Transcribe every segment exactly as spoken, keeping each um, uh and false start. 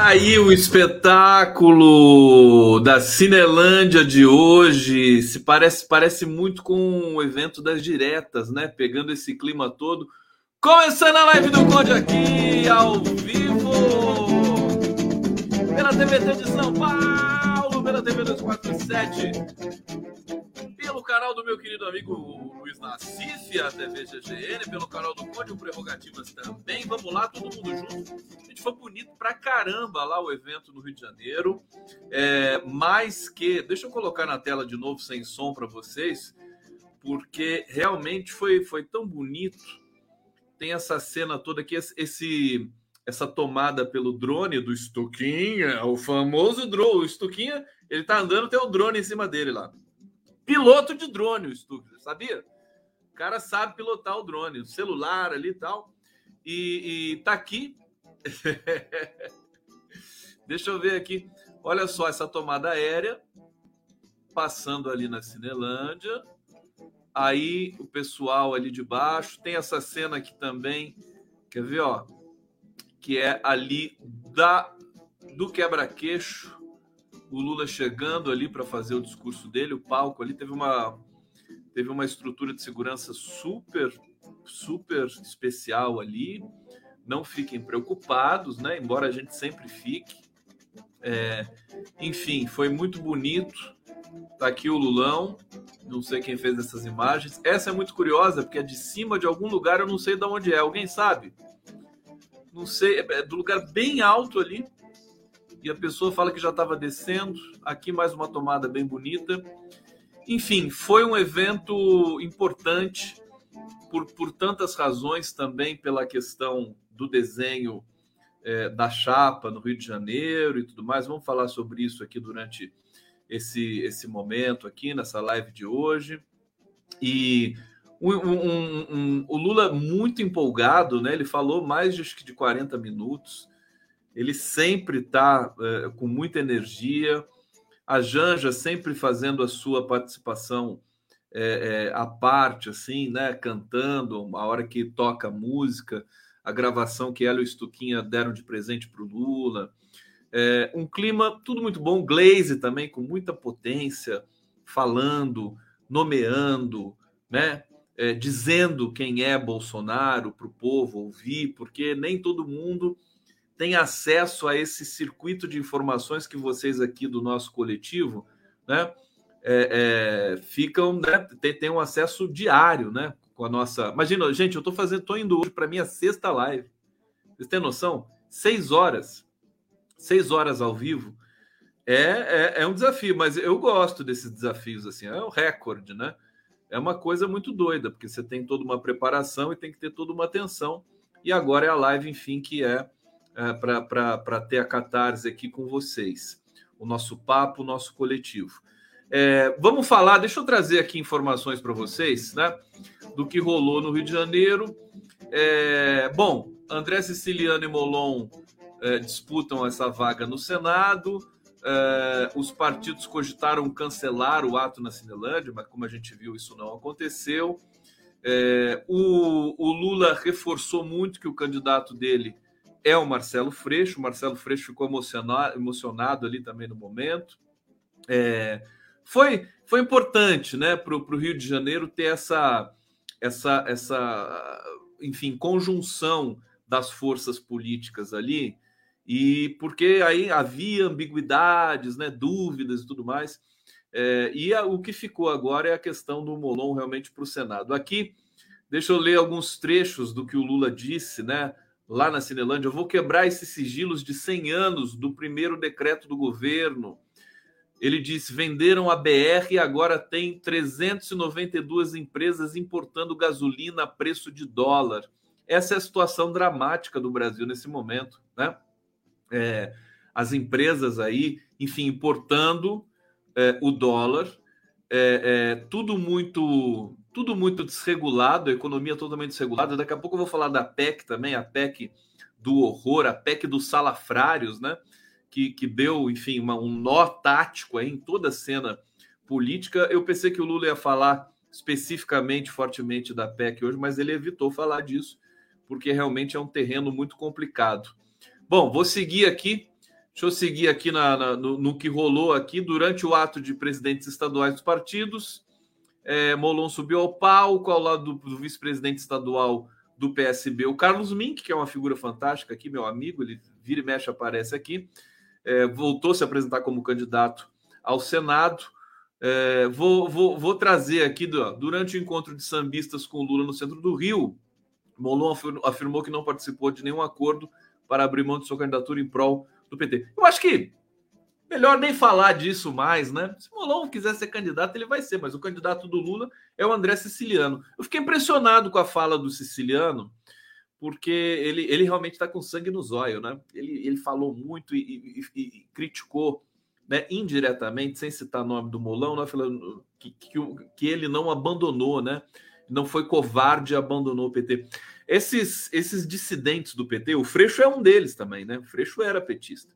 Aí o espetáculo da Cinelândia de hoje se parece, parece muito com o evento das diretas, né? Pegando esse clima todo. Começando a live do Conde aqui, ao vivo, pela T V T de São Paulo, pela T V duzentos e quarenta e sete, pelo canal do meu querido amigo Luiz Nassif, a T V G G N, pelo canal do Conde, o Prerrogativas também. Vamos lá, todo mundo junto. Gente, foi bonito pra caramba lá o evento no Rio de Janeiro. É, mais que... Deixa eu colocar na tela de novo, sem som, para vocês, porque realmente foi, foi tão bonito. Tem essa cena toda aqui, esse, essa tomada pelo drone do Stuquinha, o famoso drone. O Stuquinha, ele tá andando, tem o drone em cima dele lá. Piloto de drone, o Stuquinha, sabia? O cara sabe pilotar o drone, o celular ali e tal. E, e tá aqui. Deixa eu ver aqui. Olha só essa tomada aérea, passando ali na Cinelândia. Aí o pessoal ali de baixo, tem essa cena aqui também, quer ver, ó, que é ali da, do quebra-queixo, o Lula chegando ali para fazer o discurso dele, o palco ali teve uma, teve uma estrutura de segurança super, super especial ali, não fiquem preocupados, né, embora a gente sempre fique, é, enfim, foi muito bonito. Tá aqui o Lulão, não sei quem fez essas imagens. Essa é muito curiosa, porque é de cima de algum lugar, eu não sei de onde é. Alguém sabe? Não sei, é do lugar bem alto ali. E a pessoa fala que já estava descendo. Aqui mais uma tomada bem bonita. Enfim, foi um evento importante por, por tantas razões também, pela questão do desenho é, da chapa no Rio de Janeiro e tudo mais. Vamos falar sobre isso aqui durante esse, esse momento aqui, nessa live de hoje. E um, um, um, o Lula muito empolgado, né? Ele falou mais de, de quarenta minutos, ele sempre está é, com muita energia, a Janja sempre fazendo a sua participação é, é, à parte, assim, né? Cantando, a hora que toca a música, a gravação que ela e o Stuquinha deram de presente para o Lula. É, um clima tudo muito bom, Glaze também com muita potência, falando, nomeando, né? É, dizendo quem é Bolsonaro para o povo ouvir, porque nem todo mundo tem acesso a esse circuito de informações que vocês aqui do nosso coletivo, né? É, é, ficam, né? Tem, tem um acesso diário, né? Com a nossa. Imagina, gente, eu estou fazendo, tô indo hoje para minha sexta live. Vocês têm noção? Seis horas. Seis horas ao vivo é, é, é um desafio, mas eu gosto desses desafios, assim, é um recorde, né? É uma coisa muito doida, porque você tem toda uma preparação e tem que ter toda uma atenção, e agora é a live, enfim, que é, é para ter a catarse aqui com vocês, o nosso papo, o nosso coletivo. É, vamos falar, deixa eu trazer aqui informações para vocês, né, do que rolou no Rio de Janeiro. É, bom, André Siciliano e Molon É, disputam essa vaga no Senado. É, os partidos cogitaram cancelar o ato na Cinelândia, mas como a gente viu, isso não aconteceu. É, o, o Lula reforçou muito que o candidato dele é o Marcelo Freixo. O Marcelo Freixo ficou emocionado, emocionado ali também no momento. É, foi, foi importante, né, para o Rio de Janeiro ter essa, essa, essa, enfim, conjunção das forças políticas ali, e porque aí havia ambiguidades, né, dúvidas e tudo mais. É, e a, o que ficou agora é a questão do Molon realmente para o Senado. Aqui, deixa eu ler alguns trechos do que o Lula disse, né, lá na Cinelândia. Eu vou quebrar esses sigilos de cem anos do primeiro decreto do governo. Ele disse, venderam a B R e agora tem trezentas e noventa e duas empresas importando gasolina a preço de dólar. Essa é a situação dramática do Brasil nesse momento, né? É, as empresas aí, enfim, importando é, o dólar, é, é, tudo muito tudo muito desregulado, a economia totalmente desregulada. Daqui a pouco eu vou falar da P E C também, a P E C do horror, a P E C dos salafrários, né? Que, que deu, enfim, uma, um nó tático aí em toda a cena política. Eu pensei que o Lula ia falar especificamente, fortemente da P E C hoje, mas ele evitou falar disso, porque realmente é um terreno muito complicado. Bom, vou seguir aqui Deixa eu seguir aqui na, na, no, no que rolou aqui durante o ato de presidentes estaduais dos partidos. É, Molon subiu ao palco ao lado do, do vice-presidente estadual do P S B, o Carlos Mink, que é uma figura fantástica aqui, meu amigo, ele vira e mexe, aparece aqui. É, voltou a se apresentar como candidato ao Senado. É, vou, vou, vou trazer aqui, do, durante o encontro de sambistas com Lula no centro do Rio, Molon afirmou que não participou de nenhum acordo para abrir mão de sua candidatura em prol do P T. Eu acho que melhor nem falar disso mais, né? Se Molon quiser ser candidato, ele vai ser, mas o candidato do Lula é o André Siciliano. Eu fiquei impressionado com a fala do Siciliano, porque ele, ele realmente está com sangue no zóio, né? Ele, ele falou muito e, e, e criticou, né, indiretamente, sem citar o nome do Molon, né, falando que, que, que ele não abandonou, né? Não foi covarde e abandonou o P T. Esses, esses dissidentes do P T, o Freixo é um deles também, né? O Freixo era petista.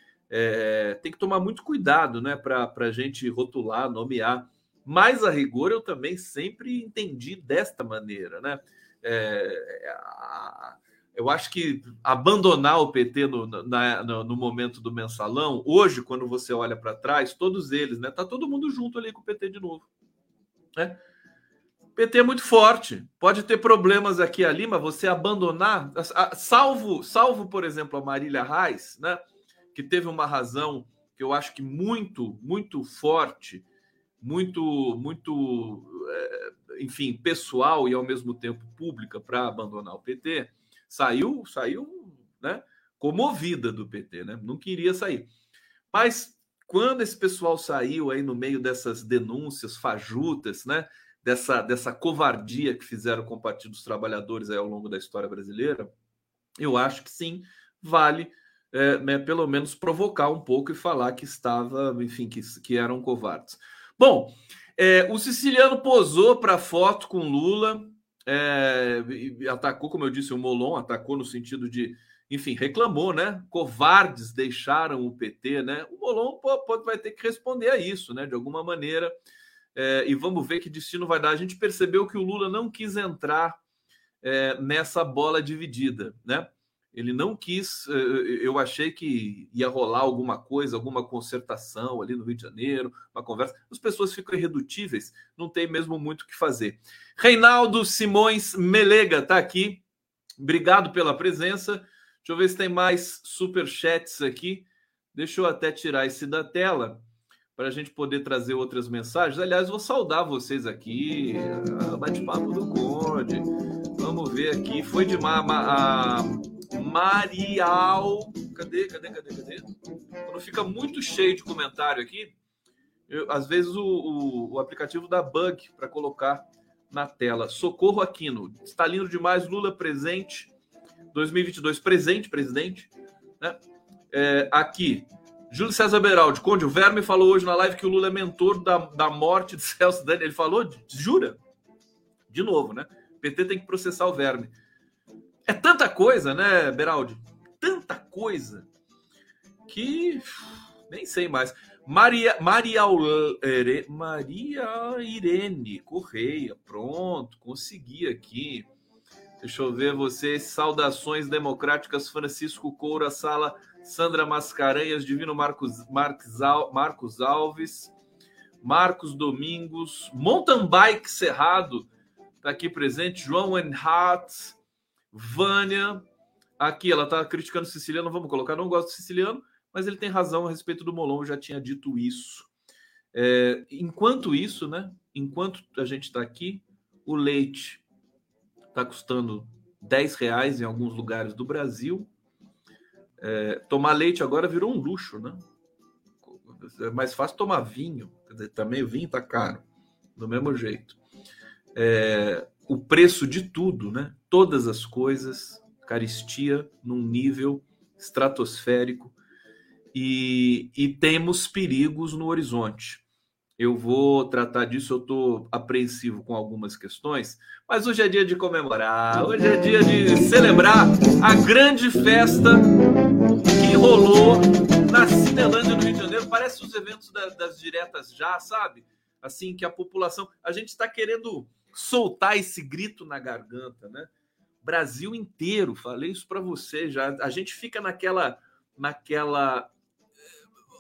É, tem que tomar muito cuidado, né, para a gente rotular, nomear. Mas, a rigor, eu também sempre entendi desta maneira, né? É, a, eu acho que abandonar o P T no, na, no, no momento do mensalão, hoje, quando você olha para trás, todos eles, né? Tá todo mundo junto ali com o P T de novo, né? O P T é muito forte, pode ter problemas aqui e ali, mas você abandonar, salvo, salvo por exemplo, a Marília Reis, né? Que teve uma razão que eu acho que muito, muito forte, muito, muito, é, enfim, pessoal e ao mesmo tempo pública para abandonar o P T, saiu, saiu, né, comovida do P T, né? Não queria sair. Mas quando esse pessoal saiu aí no meio dessas denúncias fajutas, né, dessa, dessa covardia que fizeram com o Partido dos Trabalhadores aí ao longo da história brasileira, eu acho que sim, vale É, né, pelo menos provocar um pouco e falar que estava, enfim, que, que eram covardes. Bom, é, o Siciliano posou para foto com Lula, é, e atacou, como eu disse, o Molon, atacou no sentido de, enfim, reclamou, né? Covardes deixaram o P T, né? O Molon pode, vai ter que responder a isso, né? De alguma maneira, é, e vamos ver que destino vai dar. A gente percebeu que o Lula não quis entrar é, nessa bola dividida, né? Ele não quis, eu achei que ia rolar alguma coisa, alguma concertação ali no Rio de Janeiro, uma conversa. As pessoas ficam irredutíveis, não tem mesmo muito o que fazer. Reinaldo Simões Melega está aqui, obrigado pela presença. Deixa eu ver se tem mais superchats aqui. Deixa eu até tirar esse da tela para a gente poder trazer outras mensagens. Aliás, vou saudar vocês aqui, bate-papo do Conde. Vamos ver aqui, foi de má... A... Marial, cadê, cadê, cadê, cadê? Quando fica muito cheio de comentário aqui, eu, às vezes o, o, o aplicativo dá bug para colocar na tela. Socorro Aquino, está lindo demais, Lula presente, dois mil e vinte e dois presente, presidente, né? É, aqui, Júlio César Beraldi, Conde, o Verme falou hoje na live que o Lula é mentor da, da morte de Celso Dani. Ele falou, jura? De novo, né? O P T tem que processar o Verme. É tanta coisa, né, Beraldi? Tanta coisa que nem sei mais. Maria, Maria, Maria Irene Correia, pronto, consegui aqui. Deixa eu ver vocês. Saudações democráticas, Francisco Coura, Sala, Sandra Mascarenhas, Divino Marcos, Marcos, Marcos Alves, Marcos Domingos, Mountain Bike Cerrado, está aqui presente, João Enhart, Vânia, aqui ela está criticando o Siciliano, vamos colocar, não gosto do Siciliano, mas ele tem razão a respeito do Molon, eu já tinha dito isso. É, enquanto isso, né, enquanto a gente está aqui, o leite está custando dez reais em alguns lugares do Brasil. É, tomar leite agora virou um luxo, né? É mais fácil tomar vinho, quer dizer, também o vinho está caro, do mesmo jeito. É, o preço de tudo, né? Todas as coisas, caristia num nível estratosférico e, e temos perigos no horizonte. Eu vou tratar disso, eu estou apreensivo com algumas questões, mas hoje é dia de comemorar, hoje é dia de celebrar a grande festa que rolou na Cinelândia, no Rio de Janeiro. Parece os eventos da, das diretas já, sabe? Assim, que a população... A gente está querendo soltar esse grito na garganta, né? Brasil inteiro, falei isso para você já. A gente fica naquela, naquela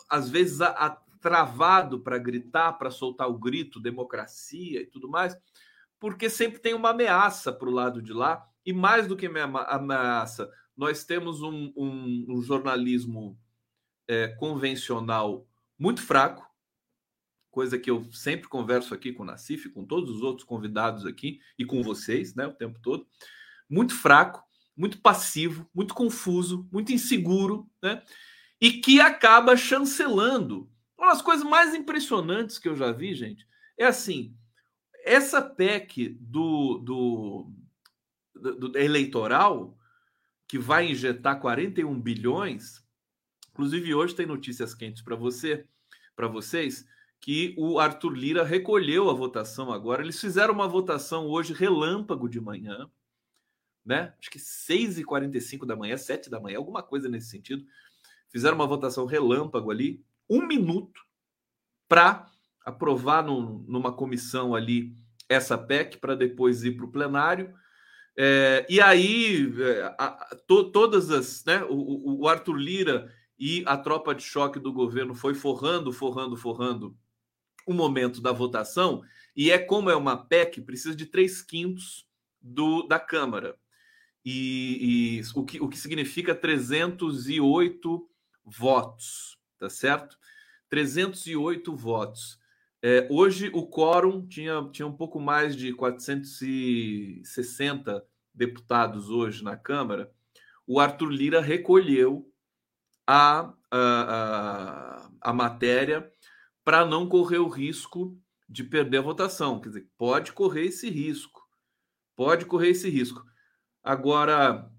às vezes, a, a, travado para gritar, para soltar o grito, democracia e tudo mais, porque sempre tem uma ameaça para o lado de lá, e mais do que ameaça, nós temos um, um, um jornalismo é, convencional muito fraco, coisa que eu sempre converso aqui com o Nassif, com todos os outros convidados aqui, e com vocês, né, o tempo todo, muito fraco, muito passivo, muito confuso, muito inseguro, né, e que acaba chancelando. Uma das coisas mais impressionantes que eu já vi, gente, é assim, essa P E C do, do, do, do eleitoral, que vai injetar quarenta e um bilhões, inclusive hoje tem notícias quentes para você, para vocês, que o Arthur Lira recolheu a votação agora. Eles fizeram uma votação hoje relâmpago de manhã, né? Acho que seis e quarenta e cinco da manhã, sete da manhã, alguma coisa nesse sentido. Fizeram uma votação relâmpago ali, um minuto, para aprovar no, numa comissão ali essa P E C, para depois ir para o plenário. É, e aí, a, a, to, todas as. Né, o, o Arthur Lira e a tropa de choque do governo foi forrando, forrando, forrando o momento da votação, e é como é uma P E C, precisa de três quintos do, da Câmara. E, e o, que, o que significa trezentos e oito votos, tá certo? trezentos e oito votos. É, hoje o quórum tinha, tinha um pouco mais de quatrocentos e sessenta deputados hoje na Câmara. O Arthur Lira recolheu a, a, a, a matéria para não correr o risco de perder a votação. Quer dizer, pode correr esse risco. Pode correr esse risco. Agora,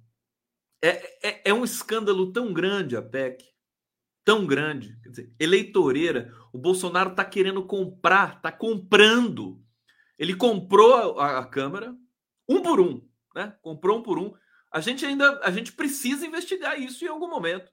é, é, é um escândalo tão grande a P E C, tão grande, quer dizer, eleitoreira. O Bolsonaro está querendo comprar, está comprando. Ele comprou a, a Câmara, um por um, né? Comprou um por um. A gente ainda, a gente precisa investigar isso em algum momento.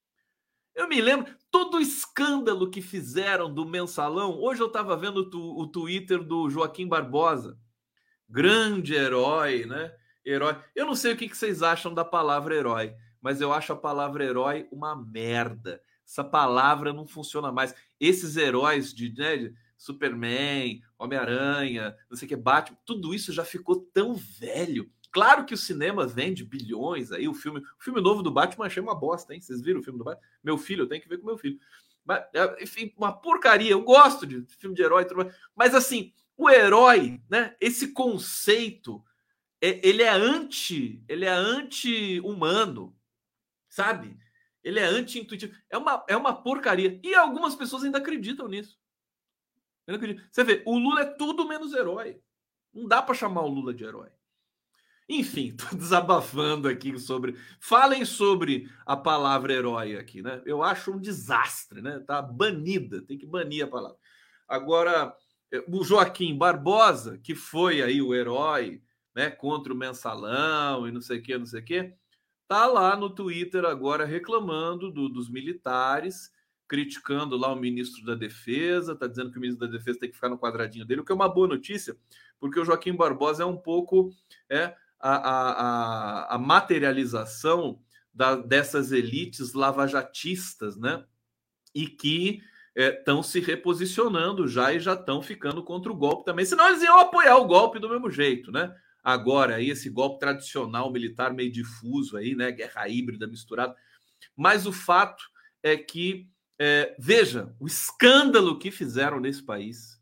Eu me lembro, todo o escândalo que fizeram do mensalão. Hoje eu estava vendo o, tu, o Twitter do Joaquim Barbosa, grande herói, né? Herói. Eu não sei o que, que vocês acham da palavra herói, mas eu acho a palavra herói uma merda. Essa palavra não funciona mais. Esses heróis de, né, de Superman, Homem-Aranha, não sei o que, Batman, tudo isso já ficou tão velho. Claro que o cinema vende bilhões aí, o filme, o filme novo do Batman achei uma bosta, hein? Vocês viram o filme do Batman? Meu filho, eu tenho que ver com meu filho. Mas, enfim, uma porcaria. Eu gosto de filme de herói, mas assim, o herói, né? Esse conceito, ele é anti, ele é anti-humano, sabe? Ele é anti-intuitivo. É uma, é uma porcaria. E algumas pessoas ainda acreditam nisso. Eu não acredito. Você vê, o Lula é tudo menos herói. Não dá para chamar o Lula de herói. Enfim, tô desabafando aqui sobre. Falem sobre a palavra herói aqui, né? Eu acho um desastre, né? Tá banida, tem que banir a palavra. Agora, o Joaquim Barbosa, que foi aí o herói, né, contra o mensalão e não sei o que, não sei o que, tá lá no Twitter agora reclamando do, dos militares, criticando lá o ministro da Defesa, tá dizendo que o ministro da Defesa tem que ficar no quadradinho dele, o que é uma boa notícia, porque o Joaquim Barbosa é um pouco é, a, a, a materialização da, dessas elites lavajatistas, né? E que estão é, se reposicionando já e já estão ficando contra o golpe também, senão eles iam apoiar o golpe do mesmo jeito, né? Agora, aí, esse golpe tradicional militar meio difuso aí, né? Guerra híbrida misturada. Mas o fato é que, é, veja, o escândalo que fizeram nesse país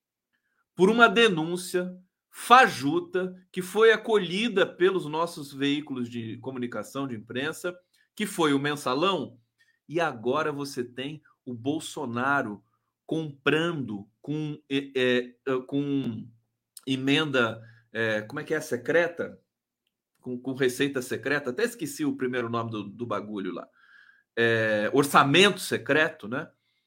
por uma denúncia fajuta que foi acolhida pelos nossos veículos de comunicação, de imprensa, que foi o Mensalão, e agora você tem o Bolsonaro comprando com, é, é, com emenda... É, como é que é? Secreta? Com, com receita secreta? Até esqueci o primeiro nome do, do bagulho lá. É, orçamento secreto, né?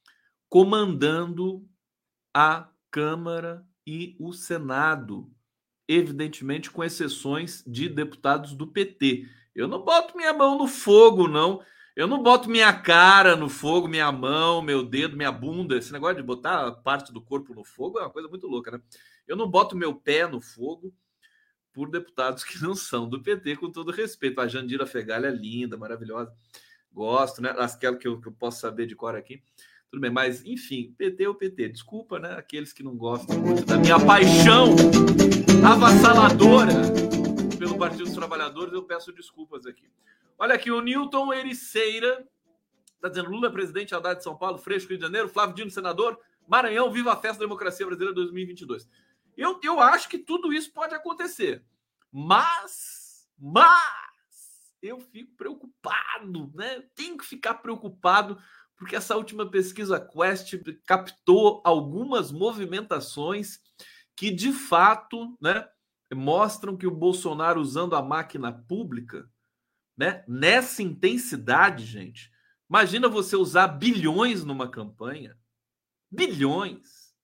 Comandando a Câmara e o Senado. Evidentemente, com exceções de deputados do P T. Eu não boto minha mão no fogo, não. Eu não boto minha cara no fogo, minha mão, meu dedo, minha bunda. Esse negócio de botar parte do corpo no fogo é uma coisa muito louca, né? Eu não boto meu pé no fogo por deputados que não são do P T, com todo respeito. A Jandira Fegali é linda, maravilhosa. Gosto, né? Aquela que eu, que eu posso saber de cor aqui. tudo bem, mas enfim, P T é o P T. Desculpa, né? Aqueles que não gostam muito da minha paixão avassaladora pelo Partido dos Trabalhadores, eu peço desculpas aqui. Olha aqui, o Newton Ericeira está dizendo: Lula presidente, Haddad de São Paulo, Freixo Rio de Janeiro, Flávio Dino senador, Maranhão, viva a festa da democracia brasileira dois mil e vinte e dois. Eu, eu acho que tudo isso pode acontecer, mas, mas eu fico preocupado, né? Tenho que ficar preocupado porque essa última pesquisa Quest captou algumas movimentações que, de fato, né, mostram que o Bolsonaro usando a máquina pública, né, nessa intensidade, gente. Imagina você usar bilhões numa campanha. Bilhões.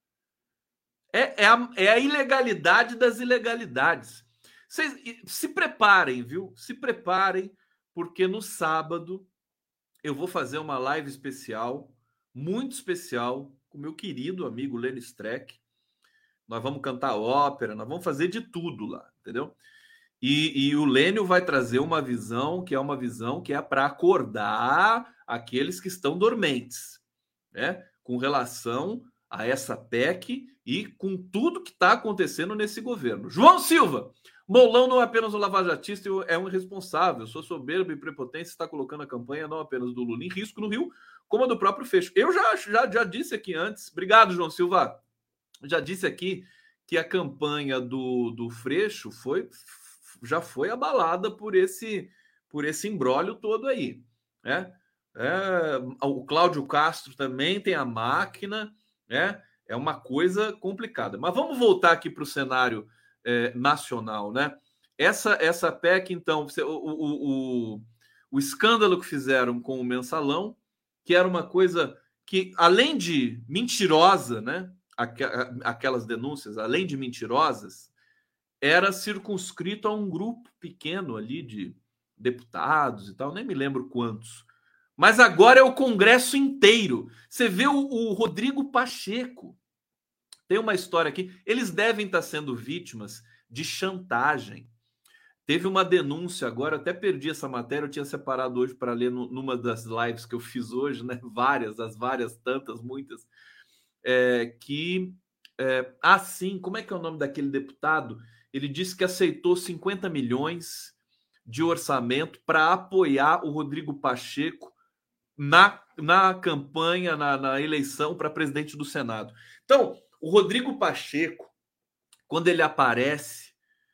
É, é, a, é a ilegalidade das ilegalidades. Vocês se preparem, viu? Se preparem, porque no sábado eu vou fazer uma live especial, muito especial, com meu querido amigo Lênin Streck. Nós vamos cantar ópera, nós vamos fazer de tudo lá, entendeu? E, e o Lênio vai trazer uma visão que é uma visão que é para acordar aqueles que estão dormentes, né? Com relação a essa P E C e com tudo que está acontecendo nesse governo. João Silva, Mourão não é apenas um lavajatista, é um irresponsável. Sua soberba e prepotência está colocando a campanha não apenas do Lula em risco no Rio, como a do próprio Freixo. Eu já, já, já disse aqui antes, obrigado, João Silva, já disse aqui que a campanha do, do Freixo foi, já foi abalada por esse, por esse imbróglio todo aí, né? É, o Cláudio Castro também tem a máquina, né? É uma coisa complicada. Mas vamos voltar aqui para o cenário é, nacional, né? Essa, essa P E C, então, o, o, o, o escândalo que fizeram com o mensalão, que era uma coisa que, além de mentirosa, né? Aquelas denúncias, além de mentirosas, era circunscrito a um grupo pequeno ali de deputados e tal, nem me lembro quantos. Mas agora é o Congresso inteiro. Você vê o, o Rodrigo Pacheco. Tem uma história aqui. Eles devem estar sendo vítimas de chantagem. Teve uma denúncia agora, até perdi essa matéria, eu tinha separado hoje para ler no, numa das lives que eu fiz hoje, né? Várias, as várias, tantas, muitas. É, que, é, assim, como é que é o nome daquele deputado? Ele disse que aceitou cinquenta milhões de orçamento para apoiar o Rodrigo Pacheco na, na campanha, na, na eleição para presidente do Senado. Então, o Rodrigo Pacheco, quando ele aparece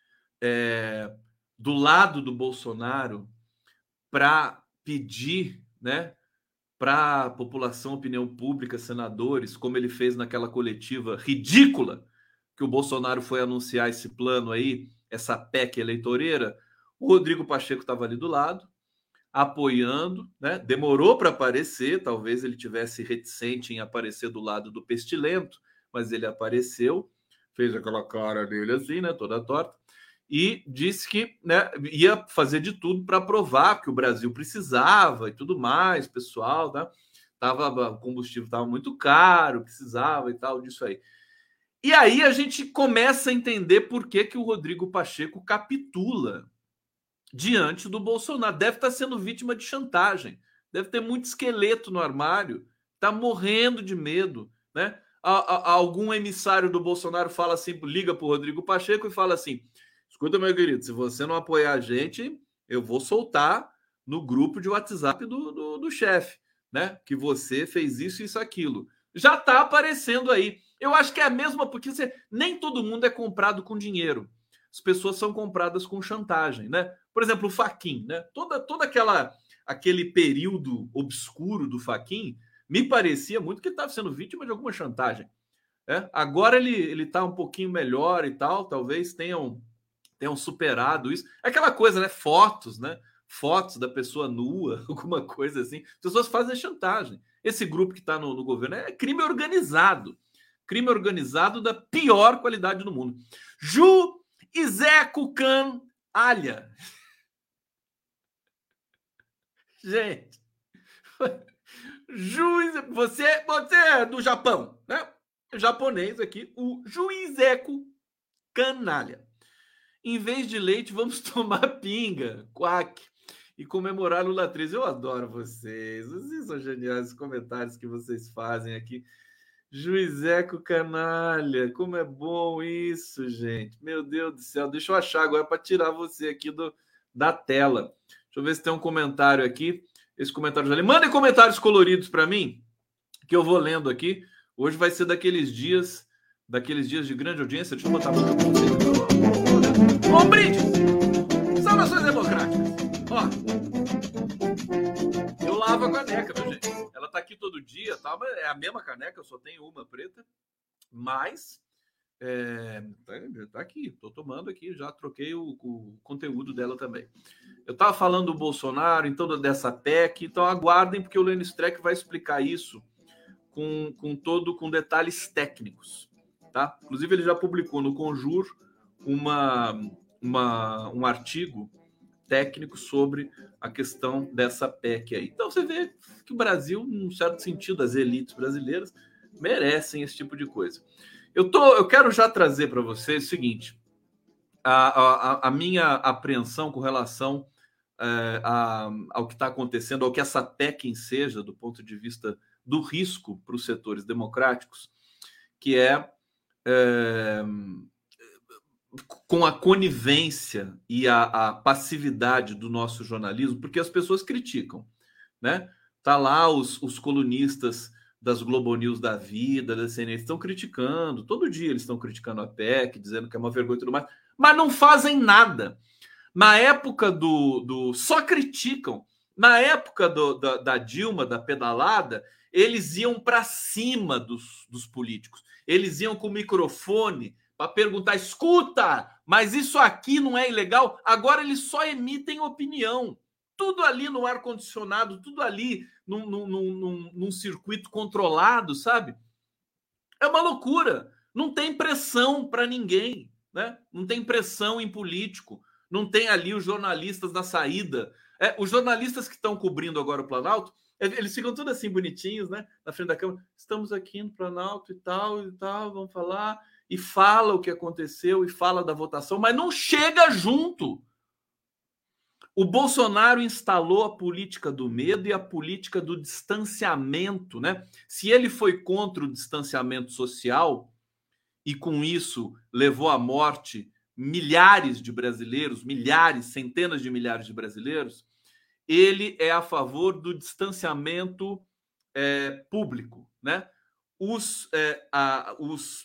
é, do lado do Bolsonaro para pedir, né, para a população, opinião pública, senadores, como ele fez naquela coletiva ridícula que o Bolsonaro foi anunciar esse plano aí, essa P E C eleitoreira, o Rodrigo Pacheco estava ali do lado, apoiando, né? Demorou para aparecer, talvez ele tivesse reticente em aparecer do lado do pestilento, mas ele apareceu, fez aquela cara dele assim, né, toda torta, e disse que, né, ia fazer de tudo para provar que o Brasil precisava e tudo mais, pessoal, tá? Tava, o combustível estava muito caro, precisava e tal, disso aí. E aí a gente começa a entender por que, que o Rodrigo Pacheco capitula diante do Bolsonaro. Deve estar sendo vítima de chantagem, deve ter muito esqueleto no armário, está morrendo de medo, né? A, a, algum emissário do Bolsonaro fala assim, liga para o Rodrigo Pacheco e fala assim: escuta, meu querido, se você não apoiar a gente, eu vou soltar no grupo de WhatsApp do, do, do chefe, né? Que você fez isso, isso, aquilo. Já está aparecendo aí. Eu acho que é a mesma, porque você, nem todo mundo é comprado com dinheiro. As pessoas são compradas com chantagem, né? Por exemplo, o Fachin, né? Toda, toda aquela aquele período obscuro do Fachin me parecia muito que ele estava sendo vítima de alguma chantagem. Né? Agora ele ele está um pouquinho melhor e tal, talvez tenham tenham superado isso. É aquela coisa, né? Fotos, né? Fotos da pessoa nua, alguma coisa assim. As pessoas fazem chantagem. Esse grupo que está no, no governo é crime organizado. Crime organizado da pior qualidade do mundo. Ju Izeco Can Alha. Gente. Juiz, você, você é do Japão, né? Japonês aqui. O Juizeco Canalha. Em vez de leite, vamos tomar pinga. Quack. e comemorar Lula treze. Eu adoro vocês. Vocês são geniais os comentários que vocês fazem aqui. Juizeco canalha, como é bom isso, gente. Meu Deus do céu. Deixa eu achar agora para tirar você aqui do, da tela. Deixa eu ver se tem um comentário aqui. Esse comentário já li. Mandem comentários coloridos para mim, que eu vou lendo aqui. Hoje vai ser daqueles dias, daqueles dias de grande audiência. Deixa eu botar para vocês. Bom brinde! Saudações democráticas. Ó, eu lavo a caneca, meu gente. Ela tá aqui todo dia, tá? É a mesma caneca, eu só tenho uma preta, mas é, tá, tá aqui, tô tomando aqui, já troquei o, o conteúdo dela também. Eu tava falando do Bolsonaro, então dessa P E C, então aguardem, porque o Lênin Streck vai explicar isso com, com todo, com detalhes técnicos, tá? Inclusive ele já publicou no Conjur uma, uma, um artigo técnico sobre a questão dessa P E C aí. Então você vê que o Brasil, num certo sentido, as elites brasileiras merecem esse tipo de coisa. Eu, tô, eu quero já trazer para vocês o seguinte, a, a, a minha apreensão com relação é, a, ao que está acontecendo, ao que essa P E C enseja do ponto de vista do risco para os setores democráticos, que é, é com a conivência e a, a passividade do nosso jornalismo, porque as pessoas criticam, né? Tá lá os, os colunistas das Globo News da vida, da C N N, estão criticando, todo dia eles estão criticando a P E C, dizendo que é uma vergonha e tudo mais, mas não fazem nada. Na época do... do só criticam. Na época do, da, da Dilma, da pedalada, eles iam para cima dos, dos políticos. Eles iam com o microfone para perguntar, escuta, mas isso aqui não é ilegal? Agora eles só emitem opinião. Tudo ali no ar-condicionado, tudo ali num, num, num, num circuito controlado, sabe? É uma loucura. Não tem pressão para ninguém, né? Não tem pressão em político. Não tem ali os jornalistas na saída. É, os jornalistas que estão cobrindo agora o Planalto, eles ficam todos assim bonitinhos, né? Na frente da câmera. Estamos aqui no Planalto e tal, e tal, vamos falar... e fala o que aconteceu, e fala da votação, mas não chega junto. O Bolsonaro instalou a política do medo e a política do distanciamento, né? Se ele foi contra o distanciamento social e com isso levou à morte milhares de brasileiros, milhares, centenas de milhares de brasileiros, ele é a favor do distanciamento é, público, né? Os, é, a, os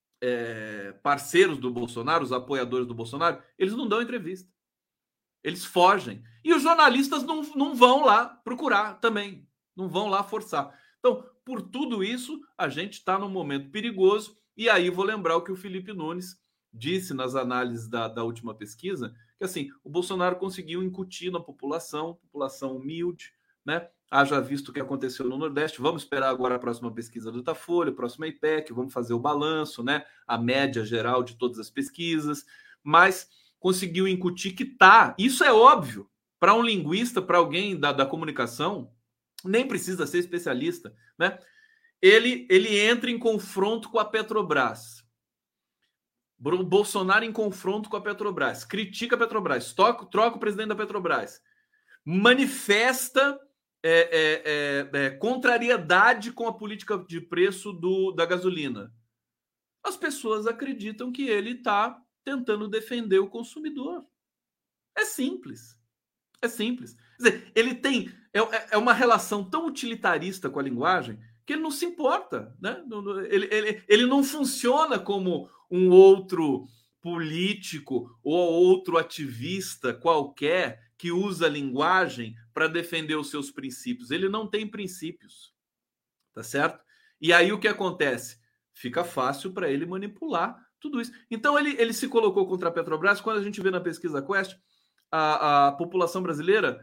é, parceiros do Bolsonaro, os apoiadores do Bolsonaro, eles não dão entrevista. Eles fogem. E os jornalistas não, não vão lá procurar também. Não vão lá forçar. Então, por tudo isso, a gente está num momento perigoso. E aí vou lembrar o que o Felipe Nunes disse nas análises da, da última pesquisa, que assim, o Bolsonaro conseguiu incutir na população, população humilde, né? Haja visto o que aconteceu no Nordeste. Vamos esperar agora a próxima pesquisa do Datafolha, a próxima I P E C, vamos fazer o balanço, né? A média geral de todas as pesquisas, mas conseguiu incutir que tá. Isso é óbvio. Para um linguista, para alguém da, da comunicação, nem precisa ser especialista, né? Ele, ele entra em confronto com a Petrobras. Bolsonaro em confronto com a Petrobras. Critica a Petrobras. Troca, troca o presidente da Petrobras. Manifesta é, é, é, é, contrariedade com a política de preço do, da gasolina. As pessoas acreditam que ele está tentando defender o consumidor. É simples. É simples. Quer dizer, ele tem... É, é uma relação tão utilitarista com a linguagem que ele não se importa, né? Ele, ele, ele não funciona como um outro político ou outro ativista qualquer que usa a linguagem para defender os seus princípios. Ele não tem princípios, tá certo? E aí o que acontece? Fica fácil para ele manipular tudo isso. Então ele, ele se colocou contra a Petrobras. Quando a gente vê na pesquisa Quest, a, a população brasileira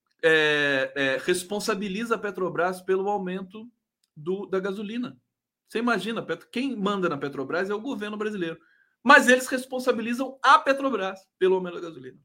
é, é, responsabiliza a Petrobras pelo aumento do, da gasolina. Você imagina, quem manda na Petrobras é o governo brasileiro. Mas eles responsabilizam a Petrobras pelo aumento da gasolina.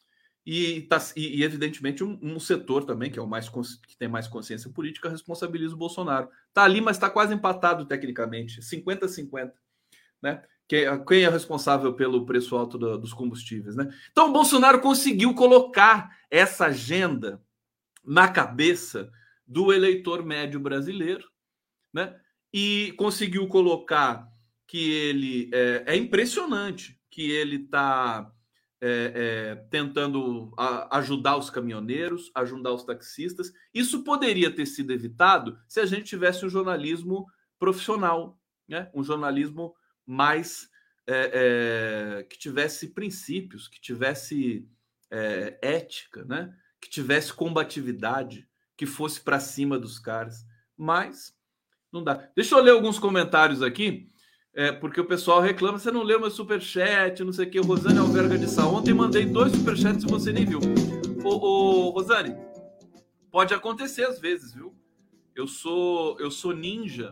E, tá, e, e evidentemente, um, um setor também, que é o mais que tem mais consciência política, responsabiliza o Bolsonaro. Está ali, mas está quase empatado tecnicamente, cinquenta a cinquenta. né? Quem é responsável pelo preço alto do, dos combustíveis, né? Então, o Bolsonaro conseguiu colocar essa agenda na cabeça do eleitor médio brasileiro, né? E conseguiu colocar que ele é, é impressionante que ele está é, é, tentando a, ajudar os caminhoneiros, ajudar os taxistas. Isso poderia ter sido evitado se a gente tivesse um jornalismo profissional, né? Um jornalismo mais é, é, que tivesse princípios, que tivesse é, ética, né? Que tivesse combatividade, que fosse para cima dos caras. Mas não dá. Deixa eu ler alguns comentários aqui, é, porque o pessoal reclama, você não leu meu superchat, não sei o que. Rosane Alverga de Sá. Ontem mandei dois superchats e você nem viu. Ô, ô, Rosane, pode acontecer às vezes, viu? Eu sou, eu sou ninja,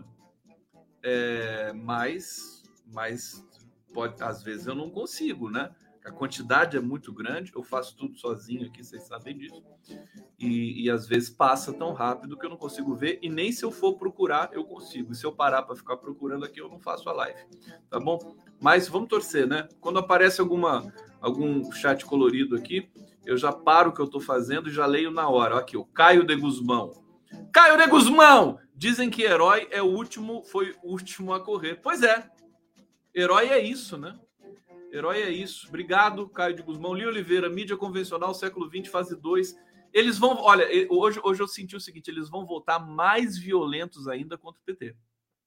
é, mas, mas pode, às vezes eu não consigo, né? A quantidade é muito grande, eu faço tudo sozinho aqui, vocês sabem disso. E, e às vezes passa tão rápido que eu não consigo ver, e nem se eu for procurar, eu consigo. E se eu parar para ficar procurando aqui, eu não faço a live, tá bom? Mas vamos torcer, né? Quando aparece alguma, algum chat colorido aqui, eu já paro o que eu estou fazendo e já leio na hora. Aqui, o Caio de Guzmão. Caio de Guzmão! Dizem que herói é o último, foi o último a correr. Pois é, herói é isso, né? Herói é isso. Obrigado, Caio de Guzmão. Li Oliveira, mídia convencional, século vinte, fase dois. Eles vão... Olha, hoje, hoje eu senti o seguinte, eles vão voltar mais violentos ainda contra o P T.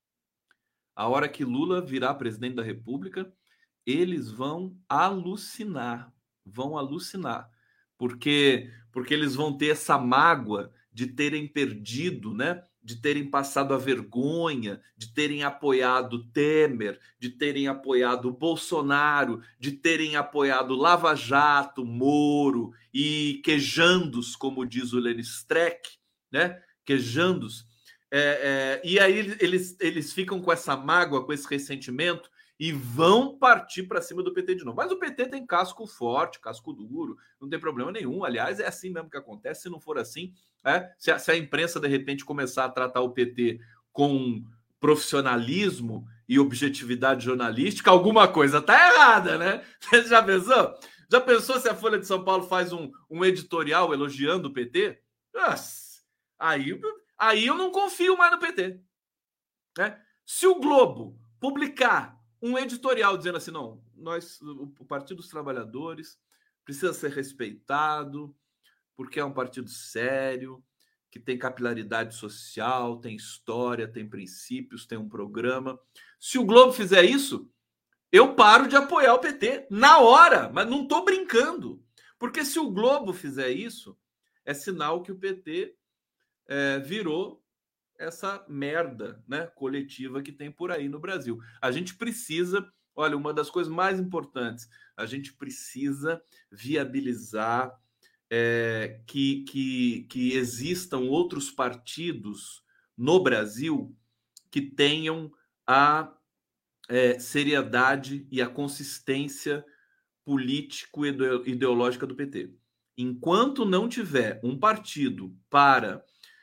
A hora que Lula virar presidente da República, eles vão alucinar. Vão alucinar. Porque, porque eles vão ter essa mágoa de terem perdido, né? De terem passado a vergonha, de terem apoiado Temer, de terem apoiado Bolsonaro, de terem apoiado Lava Jato, Moro e quejandos, como diz o Lenny Streck, né? Quejandos. É, é, e aí eles, eles ficam com essa mágoa, com esse ressentimento e vão partir para cima do P T de novo. Mas o P T tem casco forte, casco duro, não tem problema nenhum. Aliás, é assim mesmo que acontece. Se não for assim, é, se, a, se a imprensa de repente começar a tratar o P T com profissionalismo e objetividade jornalística, alguma coisa tá errada, né? Você já pensou? Já pensou se a Folha de São Paulo faz um, um editorial elogiando o P T? Nossa, aí, aí eu não confio mais no P T. Né? Se o Globo publicar um editorial dizendo assim, não, nós, o Partido dos Trabalhadores precisa ser respeitado, porque é um partido sério, que tem capilaridade social, tem história, tem princípios, tem um programa. Se o Globo fizer isso, eu paro de apoiar o P T na hora, mas não estou brincando. Porque se o Globo fizer isso, é sinal que o P T é, virou essa merda, né, coletiva que tem por aí no Brasil. A gente precisa, olha, uma das coisas mais importantes, a gente precisa viabilizar é, que, que, que existam outros partidos no Brasil que tenham a é, seriedade e a consistência político-ideológica do P T. Enquanto não tiver um partido para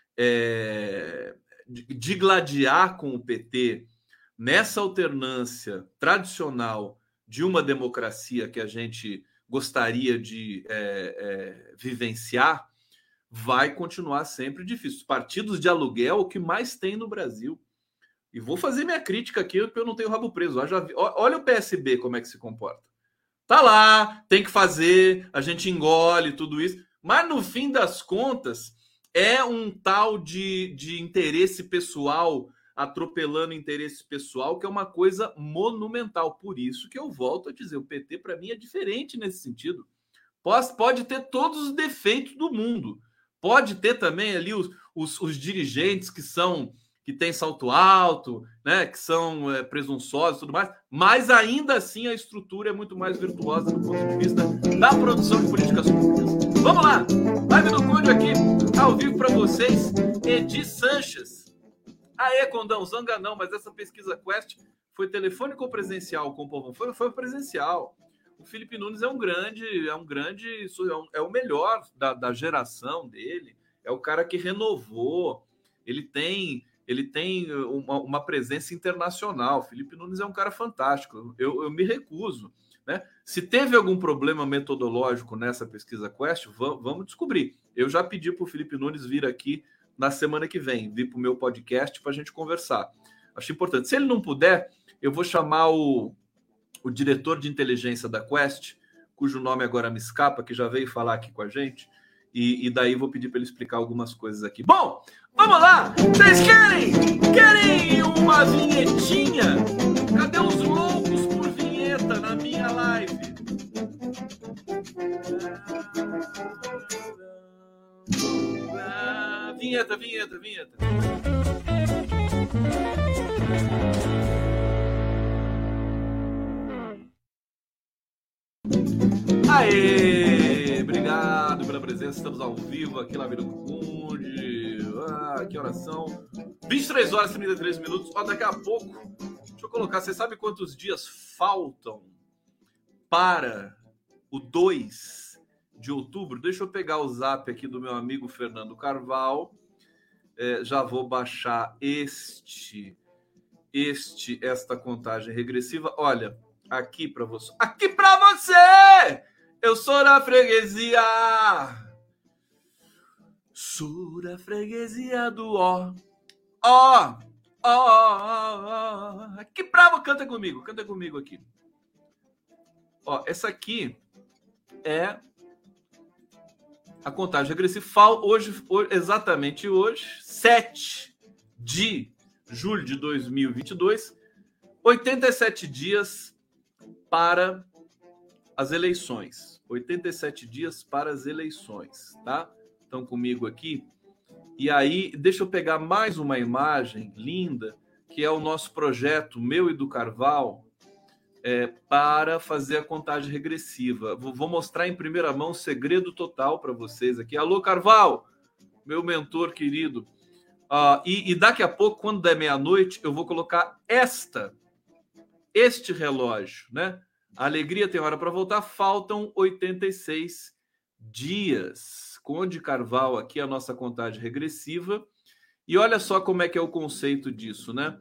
é, digladiar com o P T nessa alternância tradicional de uma democracia que a gente gostaria de é, é, vivenciar, vai continuar sempre difícil. Os partidos de aluguel, o que mais tem no Brasil. E vou fazer minha crítica aqui, porque eu não tenho rabo preso. Olha, olha o P S B como é que se comporta. Tá lá, tem que fazer, a gente engole tudo isso, mas no fim das contas é um tal de, de interesse pessoal atropelando interesse pessoal, que é uma coisa monumental. Por isso que eu volto a dizer, o P T para mim é diferente nesse sentido. Pode, pode ter todos os defeitos do mundo. Pode ter também ali os, os, os dirigentes que são que têm salto alto, né, que são é, presunçosos e tudo mais, mas ainda assim a estrutura é muito mais virtuosa do ponto de vista da produção de políticas públicas. Vamos lá! Live do Conde aqui, ao vivo para vocês, Edi Sanches. Aê, Condão, zanga não, mas essa pesquisa Quest foi telefônico ou presencial com o povão? Foi, foi presencial. O Felipe Nunes é um grande, é um grande, é o melhor da, da geração dele, é o cara que renovou, ele tem ele tem uma, uma presença internacional. Felipe Nunes é um cara fantástico. Eu, eu me recuso, né? Se teve algum problema metodológico nessa pesquisa Quest, vamos, vamos descobrir. Eu já pedi para o Felipe Nunes vir aqui na semana que vem, vir para o meu podcast para a gente conversar. Acho importante. Se ele não puder, eu vou chamar o, o diretor de inteligência da Quest, cujo nome agora me escapa, que já veio falar aqui com a gente, e, e daí vou pedir para ele explicar algumas coisas aqui. Bom, vamos lá! Vocês querem? Querem uma vinhetinha? Cadê os loucos por vinheta na minha live? Ah, vinheta, vinheta, vinheta. Aê! Obrigado pela presença. Estamos ao vivo aqui na Vila do Conde. Ah, que oração. vinte e três horas e trinta e três minutos. Ó, daqui a pouco, deixa eu colocar. Você sabe quantos dias faltam para o dois de outubro? Deixa eu pegar o zap aqui do meu amigo Fernando Carvalho. É, já vou baixar este, este, esta contagem regressiva. Olha, aqui para você. Aqui para você! Eu sou da freguesia. Sou da freguesia do ó. Ó, ó, ó. Aqui pra você. Canta comigo, canta comigo aqui. Ó, essa aqui é a contagem regressiva. Hoje, hoje, exatamente hoje, sete de julho de dois mil e vinte e dois, oitenta e sete dias para as eleições. oitenta e sete dias para as eleições, tá? Estão comigo aqui. E aí, deixa eu pegar mais uma imagem linda, que é o nosso projeto, meu e do Carvalho, é, para fazer a contagem regressiva. Vou, vou mostrar em primeira mão o segredo total para vocês aqui. Alô, Carvalho, meu mentor querido. Uh, e, e daqui a pouco, quando der meia-noite, eu vou colocar esta, este relógio, né? A alegria tem hora para voltar, faltam oitenta e seis dias. Conde Carvalho, aqui a nossa contagem regressiva. E olha só como é que é o conceito disso, né?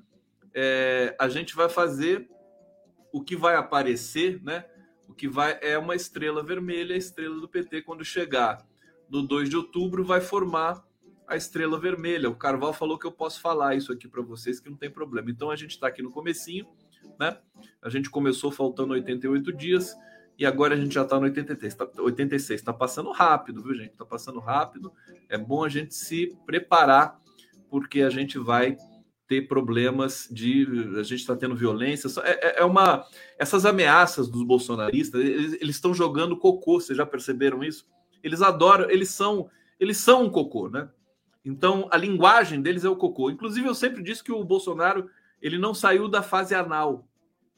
É, a gente vai fazer o que vai aparecer, né? O que vai é uma estrela vermelha, a estrela do P T, quando chegar no dois de outubro, vai formar a estrela vermelha. O Carvalho falou que eu posso falar isso aqui para vocês, que não tem problema. Então a gente está aqui no comecinho, né? A gente começou faltando oitenta e oito dias e agora a gente já está no oitenta e seis. Tá, oitenta e seis. Está passando rápido, viu, gente? Está passando rápido. É bom a gente se preparar, porque a gente vai ter problemas de... A gente está tendo violência. É, é uma... Essas ameaças dos bolsonaristas, eles, eles estão jogando cocô, vocês já perceberam isso? Eles adoram, eles são, eles são um cocô, né? Então, a linguagem deles é o cocô. Inclusive, eu sempre disse que o Bolsonaro ele não saiu da fase anal.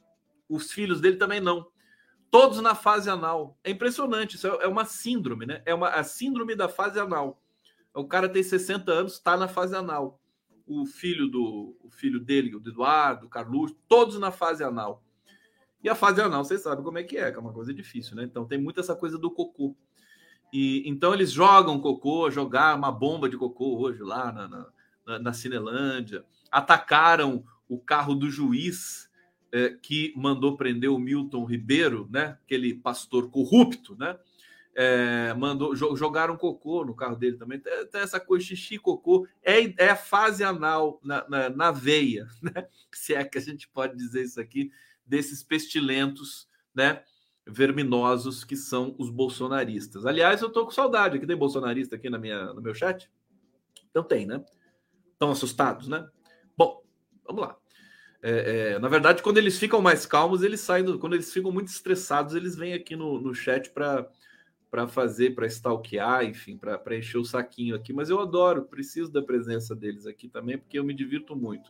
Os filhos dele também não. Todos na fase anal. É impressionante. Isso é uma síndrome, né? É uma, a síndrome da fase anal. O cara tem sessenta anos, está na fase anal. O filho, do, o filho dele, o Eduardo, o Carluxo, todos na fase anal. E a fase anal, vocês sabem como é que é, que é uma coisa difícil, né? Então, tem muito essa coisa do cocô. E, então, eles jogam cocô, jogaram uma bomba de cocô hoje lá na, na, na Cinelândia. Atacaram o carro do juiz é, que mandou prender o Milton Ribeiro, né? Aquele pastor corrupto, né? É, mandou, jogaram cocô no carro dele também. Tem, tem essa coisa, xixi, cocô. É, é a fase anal na, na, na veia, né? Se é que a gente pode dizer isso aqui, desses pestilentos, né? Verminosos que são os bolsonaristas. Aliás, eu tô com saudade. Aqui tem bolsonarista aqui na minha, no meu chat? Então tem, né? Estão assustados, né? Bom, vamos lá. É, é, na verdade, quando eles ficam mais calmos, eles saem. Do, quando eles ficam muito estressados, eles vêm aqui no, no chat para para fazer, para stalkear, enfim, para encher o saquinho aqui. Mas eu adoro, preciso da presença deles aqui também, porque eu me divirto muito.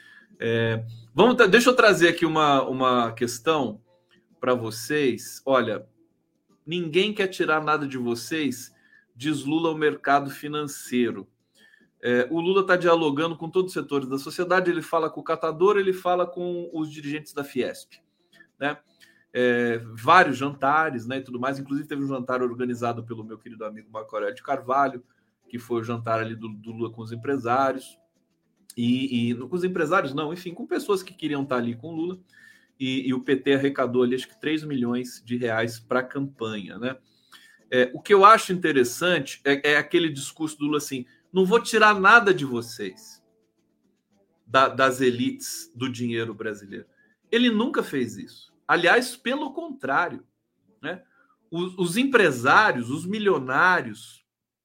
É, vamos, deixa eu trazer aqui uma, uma questão para vocês. Olha, ninguém quer tirar nada de vocês, diz Lula ao mercado financeiro. É, o Lula está dialogando com todos os setores da sociedade, ele fala com o catador, ele fala com os dirigentes da Fiesp, né? É, vários jantares, né, e tudo mais. Inclusive teve um jantar organizado pelo meu querido amigo Marco Aurélio de Carvalho, que foi o jantar ali do, do Lula com os empresários. E, e com os empresários, não, enfim, com pessoas que queriam estar ali com o Lula. E, e o P T arrecadou ali, acho que três milhões de reais para a campanha, né? É, o que eu acho interessante é, é aquele discurso do Lula assim: não vou tirar nada de vocês, da, das elites do dinheiro brasileiro. Ele nunca fez isso. Aliás, pelo contrário, né? Os, os empresários, os milionários,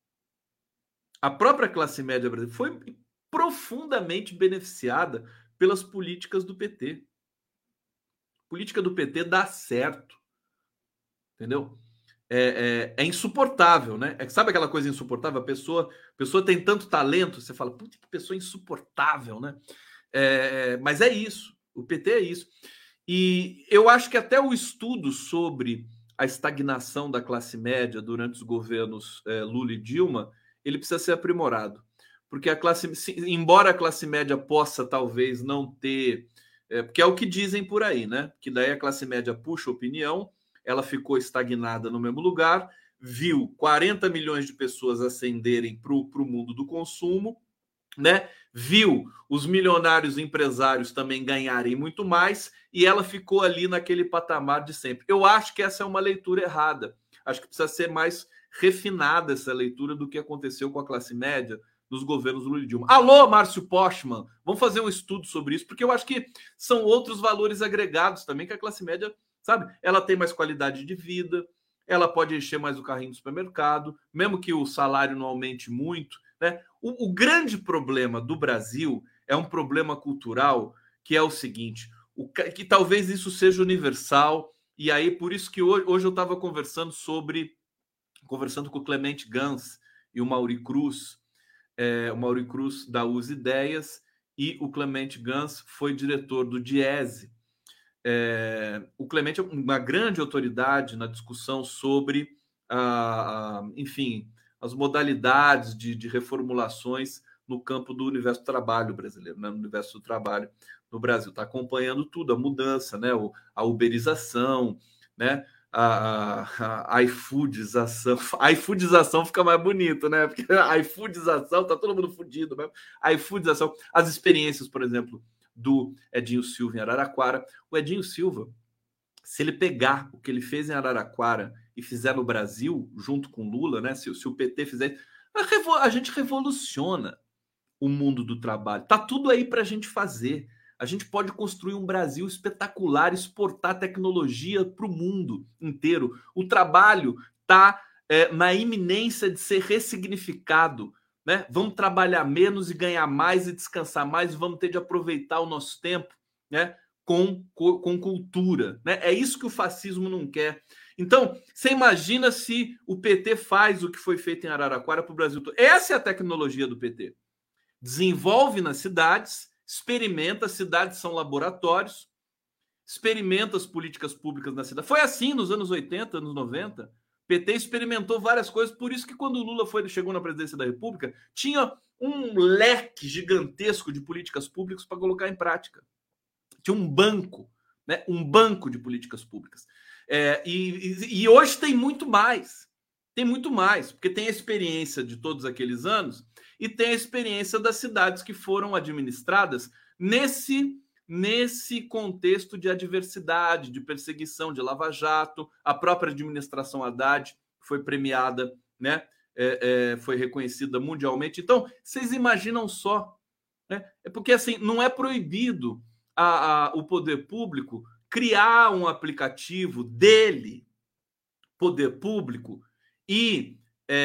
a própria classe média brasileira foi profundamente beneficiada pelas políticas do P T. A política do P T dá certo, entendeu? É, é, é insuportável, né? É, sabe aquela coisa insuportável? A pessoa, a pessoa tem tanto talento, você fala, puta, que pessoa insuportável, né? É, mas é isso, o P T é isso. E eu acho que até o estudo sobre a estagnação da classe média durante os governos é, Lula e Dilma, ele precisa ser aprimorado. Porque a classe, embora a classe média possa talvez não ter, é, porque é o que dizem por aí, né? Que daí a classe média puxa opinião, ela ficou estagnada no mesmo lugar, viu quarenta milhões de pessoas ascenderem para o mundo do consumo, né? Viu os milionários empresários também ganharem muito mais e ela ficou ali naquele patamar de sempre. Eu acho que essa é uma leitura errada. Acho que precisa ser mais refinada essa leitura do que aconteceu com a classe média nos governos Lula e Dilma. Alô, Márcio Postman, vamos fazer um estudo sobre isso, porque eu acho que são outros valores agregados também que a classe média, sabe? Ela tem mais qualidade de vida, ela pode encher mais o carrinho do supermercado, mesmo que o salário não aumente muito, né? O, o grande problema do Brasil é um problema cultural, que é o seguinte, o, que talvez isso seja universal, e aí por isso que hoje, hoje eu estava conversando sobre, conversando com o Clemente Gans e o Mauri Cruz, é, o Mauri Cruz da Usa Ideias, e o Clemente Gans foi diretor do Diese. É, o Clemente é uma grande autoridade na discussão sobre, a, a, enfim, as modalidades de, de reformulações no campo do universo do trabalho brasileiro, né? No universo do trabalho no Brasil. Está acompanhando tudo, a mudança, né? O, a uberização, né? A, a, a iFoodização. A iFoodização fica mais bonito, né? Porque a iFoodização, tá todo mundo fudido mesmo. A iFoodização, as experiências, por exemplo, do Edinho Silva em Araraquara. O Edinho Silva, se ele pegar o que ele fez em Araraquara e fizer no Brasil, junto com Lula, né? Se, se o P T fizer, a, a gente revoluciona o mundo do trabalho. Tá tudo aí para a gente fazer. A gente pode construir um Brasil espetacular, exportar tecnologia para o mundo inteiro. O trabalho está é, na iminência de ser ressignificado. Né? Vamos trabalhar menos e ganhar mais e descansar mais e vamos ter de aproveitar o nosso tempo, né? com, com, com cultura. Né? É isso que o fascismo não quer. Então, você imagina se o P T faz o que foi feito em Araraquara para o Brasil todo. Essa é a tecnologia do P T. Desenvolve nas cidades, experimenta, as cidades são laboratórios, experimenta as políticas públicas na cidade. Foi assim nos anos oitenta, anos noventa. O P T experimentou várias coisas, por isso que quando o Lula foi, chegou na presidência da República, tinha um leque gigantesco de políticas públicas para colocar em prática. Tinha um banco, né? um banco de políticas públicas. É, e, e hoje tem muito mais. Tem muito mais, porque tem a experiência de todos aqueles anos e tem a experiência das cidades que foram administradas nesse, nesse contexto de adversidade, de perseguição, de lava-jato. A própria administração Haddad foi premiada, né? É, é, foi reconhecida mundialmente. Então, vocês imaginam só, né? É porque assim, não é proibido a, a, o poder público criar um aplicativo dele, poder público, e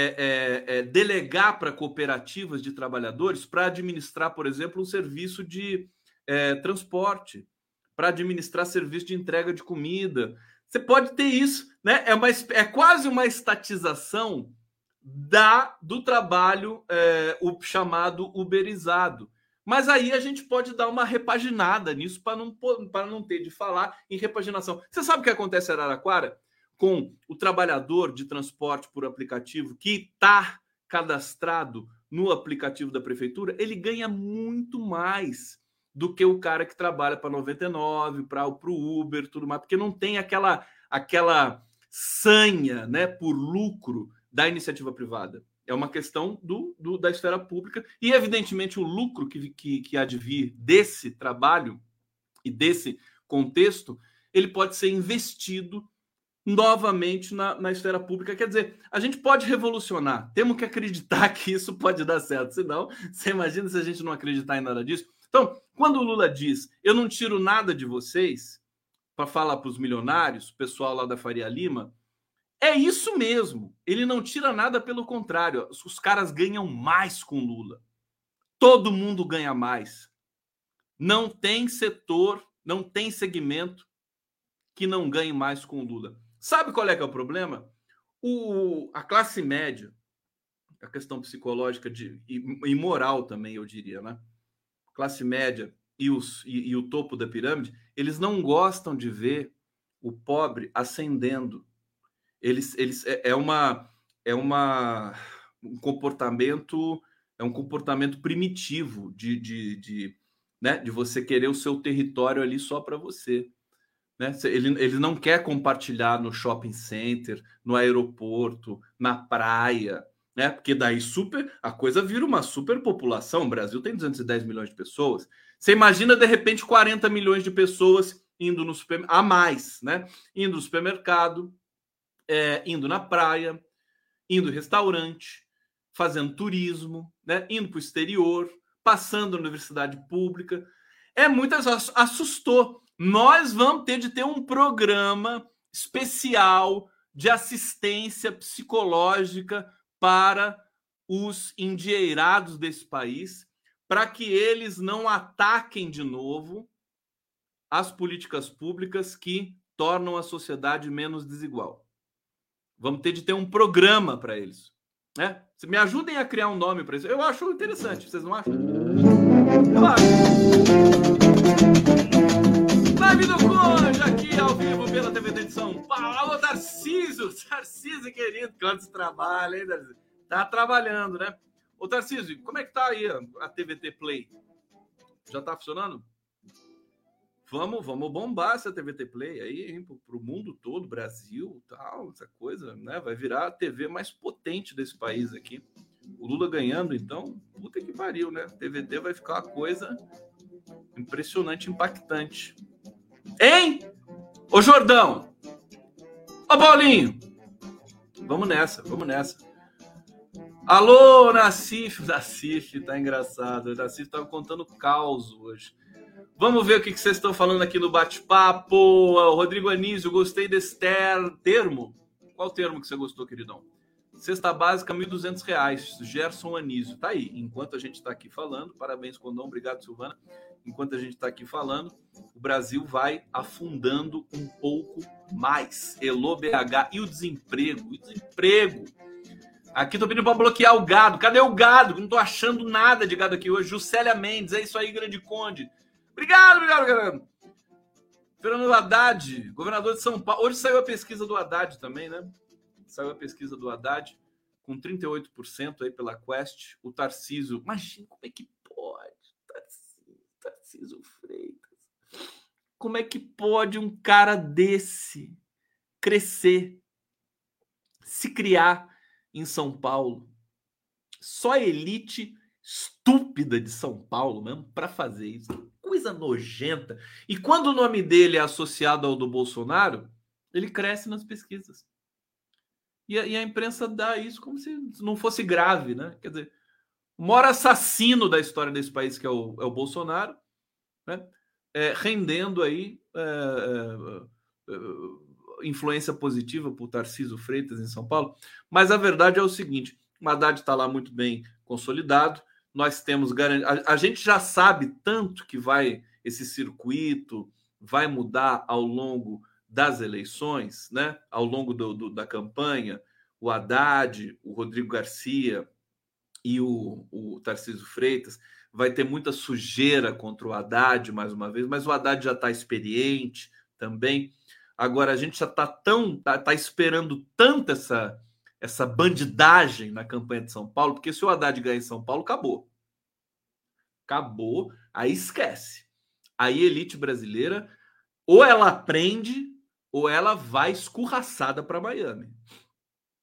é, é, é, delegar para cooperativas de trabalhadores para administrar, por exemplo, um serviço de é, transporte, para administrar serviço de entrega de comida. Você pode ter isso, né? É, uma, é quase uma estatização da, do trabalho, é, o chamado uberizado. Mas aí a gente pode dar uma repaginada nisso para não, para não ter de falar em repaginação. Você sabe o que acontece em Araraquara? Com o trabalhador de transporte por aplicativo que está cadastrado no aplicativo da prefeitura, ele ganha muito mais do que o cara que trabalha para noventa e nove, para o Uber, tudo mais, porque não tem aquela, aquela sanha, né, por lucro da iniciativa privada. é uma questão do, do, da esfera pública e, evidentemente, o lucro que, que, que há de vir desse trabalho e desse contexto, ele pode ser investido novamente na, na esfera pública. Quer dizer, a gente pode revolucionar, temos que acreditar que isso pode dar certo, senão, você imagina se a gente não acreditar em nada disso. Então, quando o Lula diz, eu não tiro nada de vocês, para falar para os milionários, o pessoal lá da Faria Lima, é isso mesmo, ele não tira nada, pelo contrário, os caras ganham mais com Lula, todo mundo ganha mais, não tem setor, não tem segmento que não ganhe mais com Lula. Sabe qual é que é o problema? O, a classe média, a questão psicológica de, e, e moral também, eu diria, né? Classe média e, os, e, e o topo da pirâmide, eles não gostam de ver o pobre ascendendo. Eles, eles é, é uma é uma um comportamento é um comportamento primitivo de, de, de, né, de você querer o seu território ali só para você. Né? Ele, ele não quer compartilhar no shopping center, no aeroporto, na praia, né? Porque daí super a coisa vira uma superpopulação. O Brasil tem duzentos e dez milhões de pessoas. Você imagina, de repente, quarenta milhões de pessoas indo no supermercado, a mais, né? Indo no supermercado, é, indo na praia, indo no restaurante, fazendo turismo, né? Indo para o exterior, passando na universidade pública. É muito assustou. Nós vamos ter de ter um programa especial de assistência psicológica para os endinheirados desse país, para que eles não ataquem de novo as políticas públicas que tornam a sociedade menos desigual. Vamos ter de ter um programa para eles. Né? Me ajudem a criar um nome para isso. Eu acho interessante, vocês não acham? Eu acho. Live do Conde, aqui ao vivo pela T V T de São Paulo. Alô, Tarcísio, Tarcísio querido, quanto trabalha, hein, Tarcísio? Tá trabalhando, né? Ô, Tarcísio, como é que tá aí a T V T Play? Já tá funcionando? Vamos, vamos bombar essa T V T Play aí, hein, pro, pro mundo todo, Brasil, tal, essa coisa, né? Vai virar a T V mais potente desse país aqui. O Lula ganhando, então, puta que pariu, né? T V T vai ficar uma coisa impressionante, impactante. Hein? Ô, Jordão! Ô, Paulinho! Vamos nessa, vamos nessa. Alô, Nassif! Nassif, tá engraçado. O Nassif tá contando caos hoje. Vamos ver o que vocês estão falando aqui no bate-papo. O Rodrigo Anísio, gostei desse ter... termo. Qual termo que você gostou, queridão? Cesta básica, mil e duzentos reais. Gerson Anísio. Tá aí. Enquanto a gente está aqui falando, parabéns, Condão. Obrigado, Silvana. Enquanto a gente está aqui falando, o Brasil vai afundando um pouco mais. Elô B H. E o desemprego? E o desemprego? Aqui tô pedindo para bloquear o gado. Cadê o gado? Não tô achando nada de gado aqui hoje. Juscelia Mendes. É isso aí, Grande Conde. Obrigado, obrigado, galera. Fernando Haddad, governador de São Paulo. Hoje saiu a pesquisa do Haddad também, né? Saiu a pesquisa do Haddad com trinta e oito por cento aí pela Quest. O Tarcísio, imagina como é que pode, Tarcísio, Tarcísio Freitas. Como é que pode um cara desse crescer, se criar em São Paulo? Só elite estúpida de São Paulo mesmo para fazer isso. Coisa nojenta. E quando o nome dele é associado ao do Bolsonaro, ele cresce nas pesquisas. E a, e a imprensa dá isso como se não fosse grave, né? Quer dizer, o maior assassino da história desse país, que é o, é o Bolsonaro, né? É, rendendo aí é, é, é, influência positiva para o Tarcísio Freitas em São Paulo. Mas a verdade é o seguinte, o Haddad está lá muito bem consolidado, nós temos garantia. A, a gente já sabe tanto que vai esse circuito vai mudar ao longo das eleições, né? Ao longo do, do, da campanha, o Haddad, o Rodrigo Garcia e o, o Tarcísio Freitas vai ter muita sujeira contra o Haddad mais uma vez, mas o Haddad já está experiente também. Agora a gente já está tão tá, tá esperando tanto essa essa bandidagem na campanha de São Paulo, porque se o Haddad ganhar em São Paulo, acabou. Acabou, aí esquece. Aí a elite brasileira, ou ela aprende, ou ela vai escorraçada para Miami.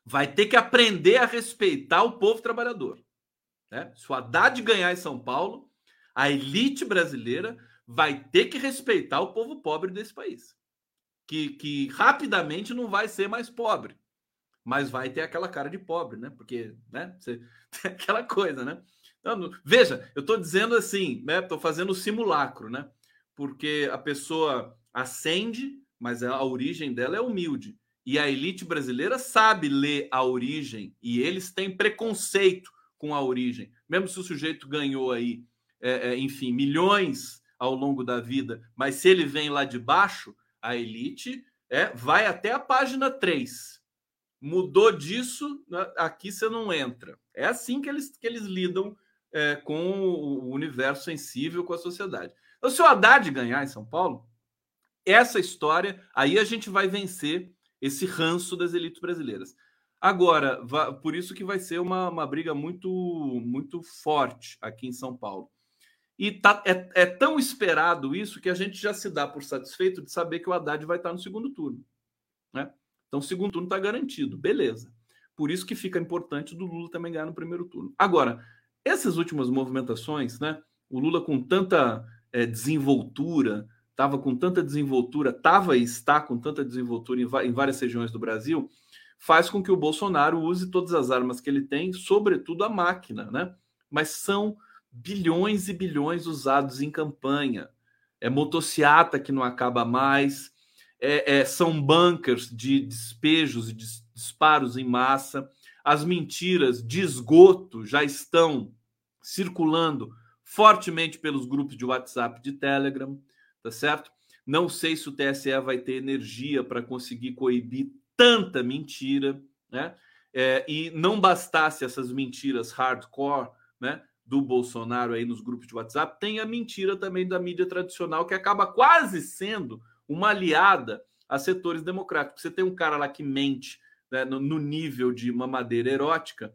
vai ter que aprender a respeitar o povo trabalhador. Né? Se o Haddad ganhar em São Paulo, a elite brasileira vai ter que respeitar o povo pobre desse país. Que, que rapidamente não vai ser mais pobre, mas vai ter aquela cara de pobre, né? Porque, né? Você, aquela coisa, né? Então, veja, eu estou dizendo assim, né? Estou fazendo o simulacro, né? Porque a pessoa ascende, mas a origem dela é humilde. E a elite brasileira sabe ler a origem e eles têm preconceito com a origem. Mesmo se o sujeito ganhou aí, é, é, enfim, milhões ao longo da vida, mas se ele vem lá de baixo, a elite é, vai até a página três. Mudou disso, aqui você não entra. É assim que eles, que eles lidam é, com o universo sensível, com a sociedade. Então, se o Haddad ganhar em São Paulo, essa história, aí a gente vai vencer esse ranço das elites brasileiras. Agora, por isso que vai ser uma, uma briga muito, muito forte aqui em São Paulo. E tá, é, é tão esperado isso que a gente já se dá por satisfeito de saber que o Haddad vai estar no segundo turno. Né? Então, o segundo turno está garantido. Beleza. Por isso que fica importante do Lula também ganhar no primeiro turno. Agora, essas últimas movimentações, né? O Lula com tanta é, desenvoltura, estava com tanta desenvoltura, estava e está com tanta desenvoltura em, em várias regiões do Brasil, faz com que o Bolsonaro use todas as armas que ele tem, sobretudo a máquina, né? Mas são bilhões e bilhões usados em campanha. É motociata que não acaba mais, é, é, são bunkers de despejos e disparos em massa. As mentiras de esgoto já estão circulando fortemente pelos grupos de WhatsApp, de Telegram, tá certo? Não sei se o T S E vai ter energia para conseguir coibir tanta mentira, né? É, e não bastasse essas mentiras hardcore, né, do Bolsonaro aí nos grupos de WhatsApp, tem a mentira também da mídia tradicional, que acaba quase sendo uma aliada a setores democráticos. Você tem um cara lá que mente, né, no, no nível de mamadeira erótica,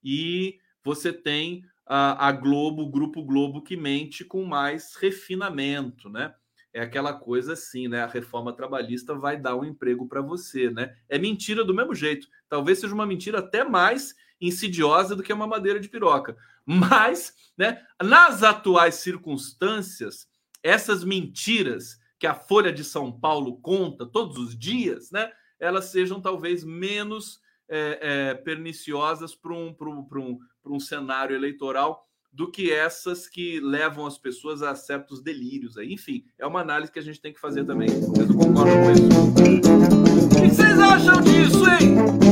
e você tem a, a Globo, o Grupo Globo, que mente com mais refinamento, né? É aquela coisa assim, né? A reforma trabalhista vai dar um emprego para você, né? É mentira do mesmo jeito. Talvez seja uma mentira até mais insidiosa do que uma madeira de piroca. Mas, né, nas atuais circunstâncias, essas mentiras que a Folha de São Paulo conta todos os dias, né? Elas sejam talvez menos é, é, perniciosas para um, um, um cenário eleitoral do que essas que levam as pessoas a certos delírios. Aí. Enfim, é uma análise que a gente tem que fazer também. Vocês não concordam com isso? O que vocês acham disso, hein?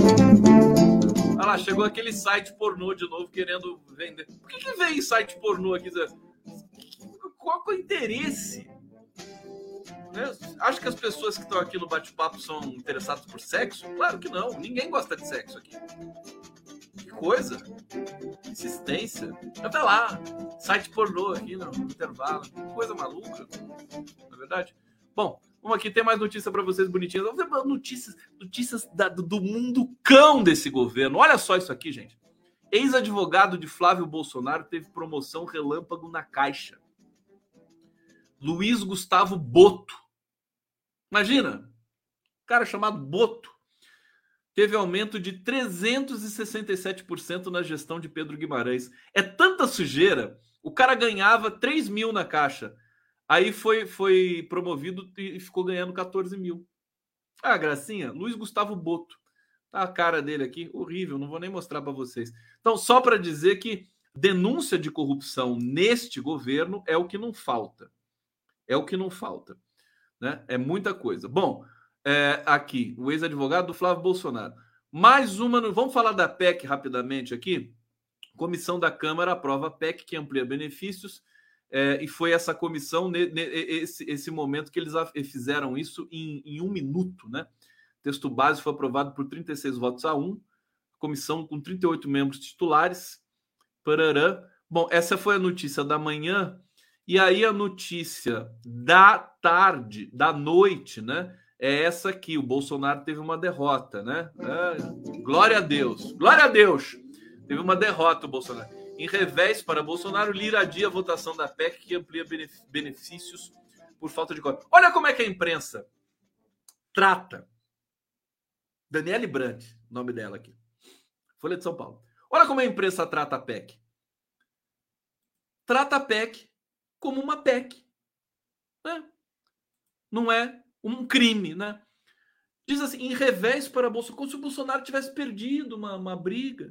Olha lá, chegou aquele site pornô de novo querendo vender. Por que, que vem site pornô aqui? Qual é o interesse? Acho que as pessoas que estão aqui no bate-papo são interessadas por sexo? Claro que não. Ninguém gosta de sexo aqui. Que coisa. Insistência. Até lá. Site pornô aqui no intervalo. Que coisa maluca. Não é verdade? Bom, vamos aqui. Tem mais notícias para vocês bonitinhas. Vamos ver notícias, notícias da, do mundo cão desse governo. Olha só isso aqui, gente. Ex-advogado de Flávio Bolsonaro teve promoção relâmpago na Caixa. Luiz Gustavo Boto. Imagina. Cara chamado Boto. Teve aumento de trezentos e sessenta e sete por cento na gestão de Pedro Guimarães. É tanta sujeira. O cara ganhava três mil na Caixa. Aí foi, foi promovido e ficou ganhando quatorze mil. Ah, gracinha. Luiz Gustavo Boto. Tá a cara dele aqui. Horrível. Não vou nem mostrar para vocês. Então, só para dizer que denúncia de corrupção neste governo é o que não falta. É o que não falta. Né? É muita coisa. Bom... É, aqui, o ex-advogado do Flávio Bolsonaro. Mais uma, vamos falar da P E C rapidamente aqui. Comissão da Câmara aprova a P E C que amplia benefícios, é, e foi essa comissão, ne, ne, esse, esse momento que eles fizeram isso em, em um minuto, né? O texto base foi aprovado por trinta e seis votos a um, comissão com trinta e oito membros titulares. Parará. Bom, essa foi a notícia da manhã, e aí a notícia da tarde, da noite, né? É essa aqui, o Bolsonaro teve uma derrota, né? É, glória a Deus, glória a Deus! Teve uma derrota o Bolsonaro. Em revés para Bolsonaro, Lira adia a votação da P E C que amplia benefícios por falta de código. Olha como é que a imprensa trata. Daniele Brandt, nome dela aqui. Folha de São Paulo. Olha como a imprensa trata a P E C. Trata a P E C como uma P E C. Né? Não é um crime, né? Diz assim, em revés para Bolsonaro, como se o Bolsonaro tivesse perdido uma, uma briga.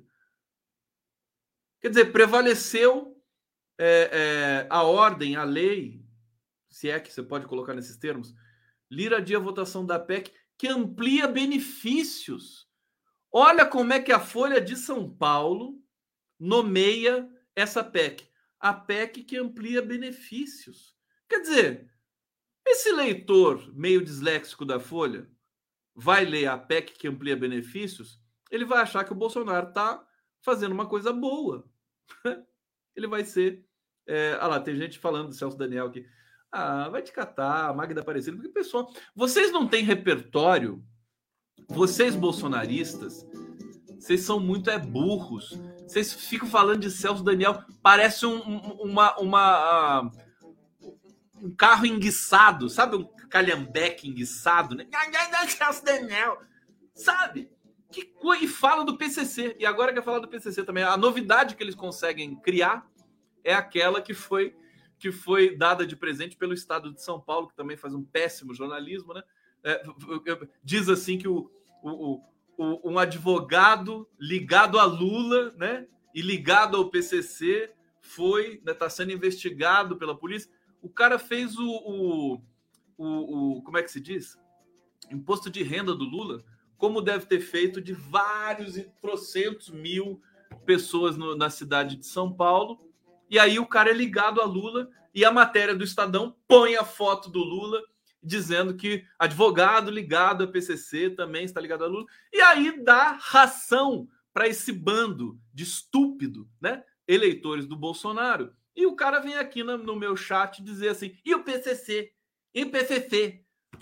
Quer dizer, prevaleceu é, é, a ordem, a lei, se é que você pode colocar nesses termos, Lira adia a votação da P E C, que amplia benefícios. Olha como é que a Folha de São Paulo nomeia essa P E C. A P E C que amplia benefícios. Quer dizer, esse leitor meio disléxico da Folha vai ler a P E C que amplia benefícios, ele vai achar que o Bolsonaro está fazendo uma coisa boa. Ele vai ser... É, ah lá, tem gente falando do Celso Daniel aqui. Ah, vai te catar, Magda Aparecida. Porque, pessoal, vocês não têm repertório. Vocês, bolsonaristas, vocês são muito é, burros. Vocês ficam falando de Celso Daniel. Parece um, um, uma, uma, uh, um carro enguiçado. Sabe? Um calhambeque enguiçado, né? Celso Daniel. Sabe? Que coisa. E fala do P C C. E agora quer falar do P C C também. A novidade que eles conseguem criar é aquela que foi, que foi dada de presente pelo Estado de São Paulo, que também faz um péssimo jornalismo, né? É, diz assim que o, o, o, um advogado ligado a Lula, né, e ligado ao P C C foi, né, tá sendo investigado pela polícia. O cara fez o, o, o, o como é que se diz? Imposto de renda do Lula, como deve ter feito de vários e trocentos mil pessoas no, na cidade de São Paulo. E aí o cara é ligado a Lula e a matéria do Estadão põe a foto do Lula dizendo que advogado ligado a P C C também está ligado a Lula. E aí dá ração para esse bando de estúpido, né, eleitores do Bolsonaro. E o cara vem aqui no, no meu chat dizer assim, e o P C C? E o P C C?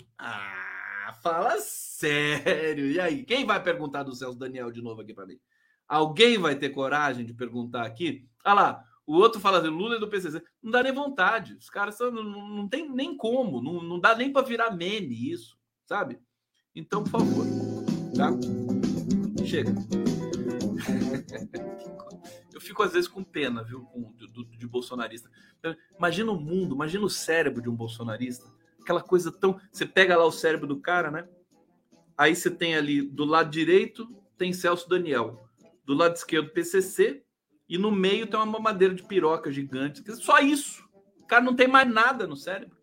Ah, fala sério. E aí, quem vai perguntar do Celso Daniel de novo aqui para mim? Alguém vai ter coragem de perguntar aqui? Ah lá, o outro fala de Lula e do P C C. Não dá nem vontade. Os caras são, não, não tem nem como. Não, não dá nem para virar meme isso, sabe? Então, por favor, tá? Chega. Eu fico às vezes com pena, viu, com, do, de bolsonarista. Imagina o mundo, imagina o cérebro de um bolsonarista. Aquela coisa tão... Você pega lá o cérebro do cara, né? Aí você tem ali, do lado direito, tem Celso Daniel. Do lado esquerdo, P C C. E no meio tem uma mamadeira de piroca gigante. Só isso. O cara não tem mais nada no cérebro.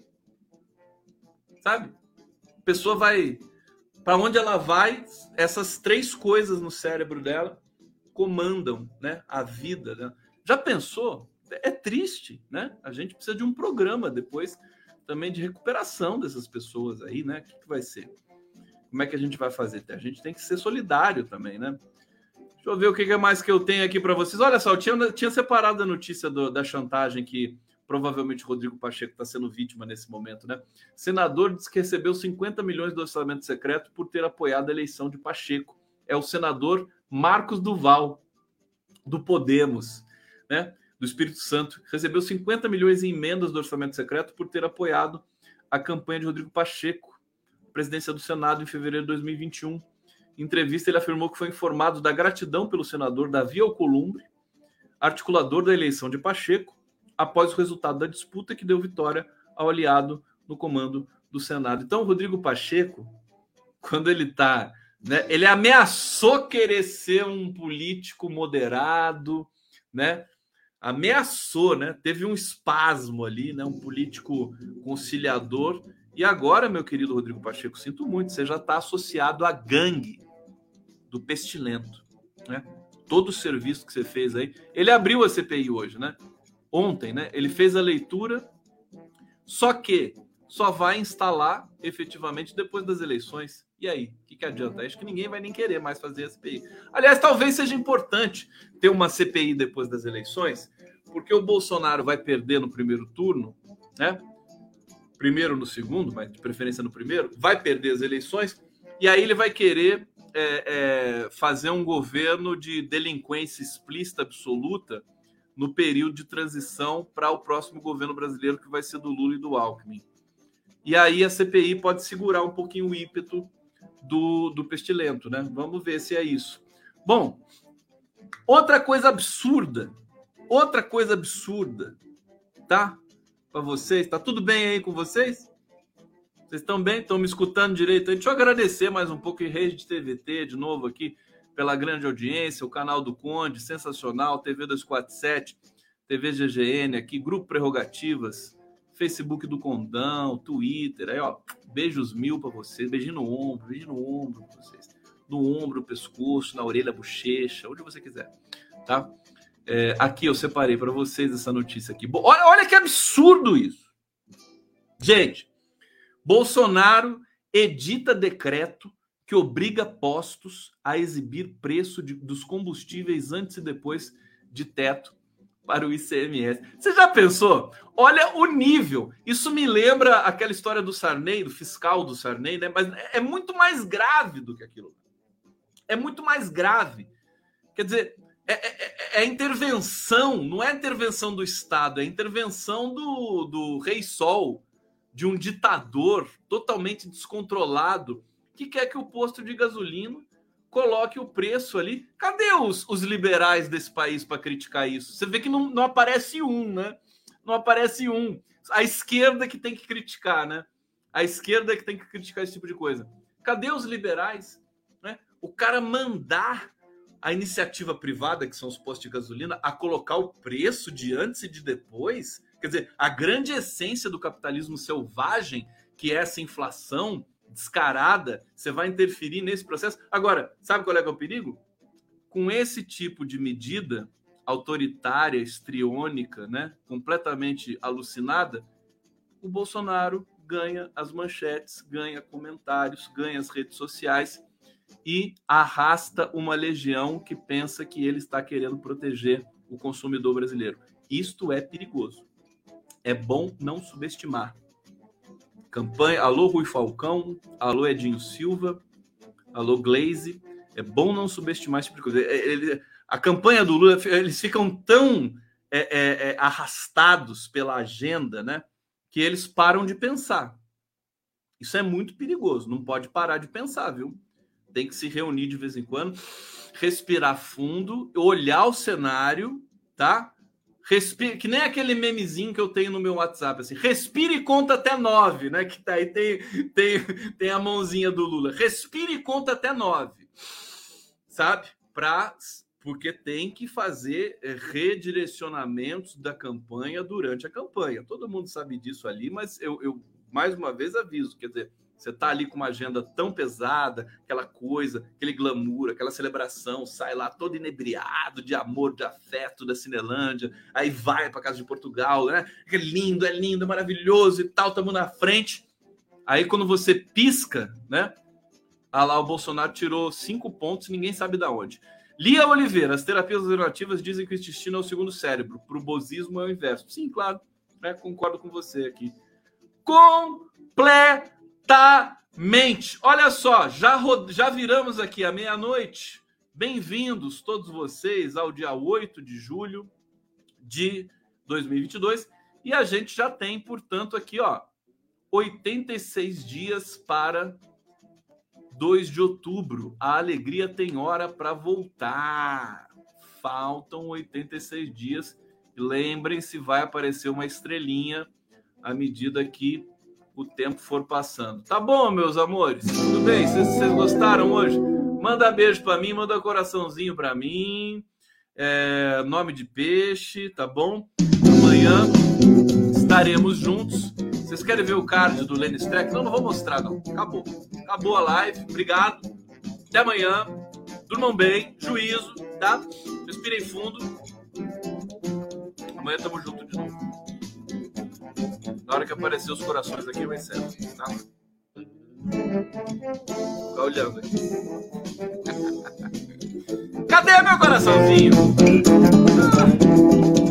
Sabe? A pessoa vai... Para onde ela vai, essas três coisas no cérebro dela comandam, né, a vida. Né? Já pensou? É triste, né? A gente precisa de um programa depois também de recuperação dessas pessoas aí, né? O que, que vai ser? Como é que a gente vai fazer? A gente tem que ser solidário também, né? Deixa eu ver o que mais que eu tenho aqui para vocês. Olha só, eu tinha, tinha separado a notícia do, da chantagem que provavelmente Rodrigo Pacheco está sendo vítima nesse momento, né? Senador diz que recebeu cinquenta milhões do orçamento secreto por ter apoiado a eleição de Pacheco. É o senador Marcos Duval, do Podemos, né? Do Espírito Santo. Recebeu cinquenta milhões em emendas do orçamento secreto por ter apoiado a campanha de Rodrigo Pacheco, presidência do Senado, em fevereiro de dois mil e vinte e um. Em entrevista, ele afirmou que foi informado da gratidão pelo senador Davi Alcolumbre, articulador da eleição de Pacheco, após o resultado da disputa que deu vitória ao aliado no comando do Senado. Então, o Rodrigo Pacheco, quando ele está... Né, ele ameaçou querer ser um político moderado, né? Ameaçou, né? Teve um espasmo ali, né? Um político conciliador. E agora, meu querido Rodrigo Pacheco, sinto muito, você já está associado à gangue do Pestilento, né? Todo o serviço que você fez aí. Ele abriu a C P I hoje, né? Ontem, né? Ele fez a leitura, só que só vai instalar efetivamente depois das eleições. E aí? O que, que adianta? Acho que ninguém vai nem querer mais fazer a C P I. Aliás, talvez seja importante ter uma C P I depois das eleições, porque o Bolsonaro vai perder no primeiro turno, né? Primeiro no segundo, mas de preferência no primeiro, vai perder as eleições, e aí ele vai querer é, é, fazer um governo de delinquência explícita absoluta no período de transição para o próximo governo brasileiro, que vai ser do Lula e do Alckmin. E aí a C P I pode segurar um pouquinho o ímpeto do, do Pestilento, né? Vamos ver se é isso. Bom, Outra coisa absurda, outra coisa absurda, tá? Para vocês, tá tudo bem aí com vocês? Vocês estão bem? Estão me escutando direito? Deixa eu agradecer mais um pouco em Rede T V T, de novo aqui, pela grande audiência, o canal do Conde, sensacional, T V duzentos e quarenta e sete, T V G G N aqui, Grupo Prerrogativas, Facebook do Condão, Twitter, aí ó, beijos mil para vocês, beijinho no ombro, beijinho no ombro para vocês, no ombro, no pescoço, na orelha, bochecha, onde você quiser, tá? É, aqui eu separei para vocês essa notícia aqui. Olha, olha que absurdo isso. Gente, Bolsonaro edita decreto que obriga postos a exibir preço de, dos combustíveis antes e depois de teto para o I C M S. Você já pensou? Olha o nível. Isso me lembra aquela história do Sarney, do fiscal do Sarney, né? Mas é muito mais grave do que aquilo. É muito mais grave. Quer dizer, é, é, é intervenção, não é intervenção do Estado, é intervenção do, do Rei Sol, de um ditador totalmente descontrolado que quer que o posto de gasolina coloque o preço ali. Cadê os, os liberais desse país para criticar isso? Você vê que não, não aparece um, né? Não aparece um. A esquerda que tem que criticar, né? A esquerda que tem que criticar esse tipo de coisa. Cadê os liberais? Né? O cara mandar a iniciativa privada, que são os postos de gasolina, a colocar o preço de antes e de depois. Quer dizer, a grande essência do capitalismo selvagem, que é essa inflação descarada, você vai interferir nesse processo. Agora, sabe qual é, que é o perigo? Com esse tipo de medida autoritária, estriônica, né, completamente alucinada, o Bolsonaro ganha as manchetes, ganha comentários, ganha as redes sociais e arrasta uma legião que pensa que ele está querendo proteger o consumidor brasileiro. Isto é perigoso. É bom não subestimar. Campanha, alô Rui Falcão, alô Edinho Silva, alô Glaze, é bom não subestimar esse tipo de coisa. Ele, a campanha do Lula, eles ficam tão é, é, é, arrastados pela agenda, né, que eles param de pensar. Isso é muito perigoso, não pode parar de pensar, viu? Tem que se reunir de vez em quando, respirar fundo, olhar o cenário, tá? Respire, que nem aquele memezinho que eu tenho no meu WhatsApp, assim, respire e conta até nove, né? Que tá aí, tem, tem, tem a mãozinha do Lula. Respire e conta até nove, sabe? Pra, porque tem que fazer redirecionamentos da campanha durante a campanha. Todo mundo sabe disso ali, mas eu, eu mais uma vez aviso, quer dizer, você tá ali com uma agenda tão pesada, aquela coisa, aquele glamour, aquela celebração, sai lá todo inebriado de amor, de afeto da Cinelândia, aí vai para casa de Portugal, né? É lindo, é lindo, é maravilhoso e tal, estamos na frente. Aí quando você pisca, né? Ah lá, o Bolsonaro tirou cinco pontos e ninguém sabe de onde. Lia Oliveira, as terapias alternativas dizem que o intestino é o segundo cérebro, para o bosismo é o inverso. Sim, claro, né? Concordo com você aqui. Completamente. Mente. Olha só, já, ro... já viramos aqui à meia-noite. Bem-vindos todos vocês ao dia oito de julho de dois mil e vinte e dois. E a gente já tem, portanto, aqui, ó, oitenta e seis dias para dois de outubro. A alegria tem hora para voltar. Faltam oitenta e seis dias. Lembrem-se, vai aparecer uma estrelinha à medida que o tempo for passando. Tá bom, meus amores? Tudo bem? Vocês gostaram hoje? Manda beijo para mim, manda coraçãozinho para mim. É, nome de peixe, tá bom? Amanhã estaremos juntos. Vocês querem ver o card do Lenny Streck? Não, não vou mostrar, não. Acabou. Acabou a live. Obrigado. Até amanhã. Durmam bem. Juízo, tá? Respirem fundo. Amanhã estamos juntos de novo. Na hora que aparecer os corações aqui, eu encerro, tá? Fica olhando aqui. Cadê meu coraçãozinho? Ah.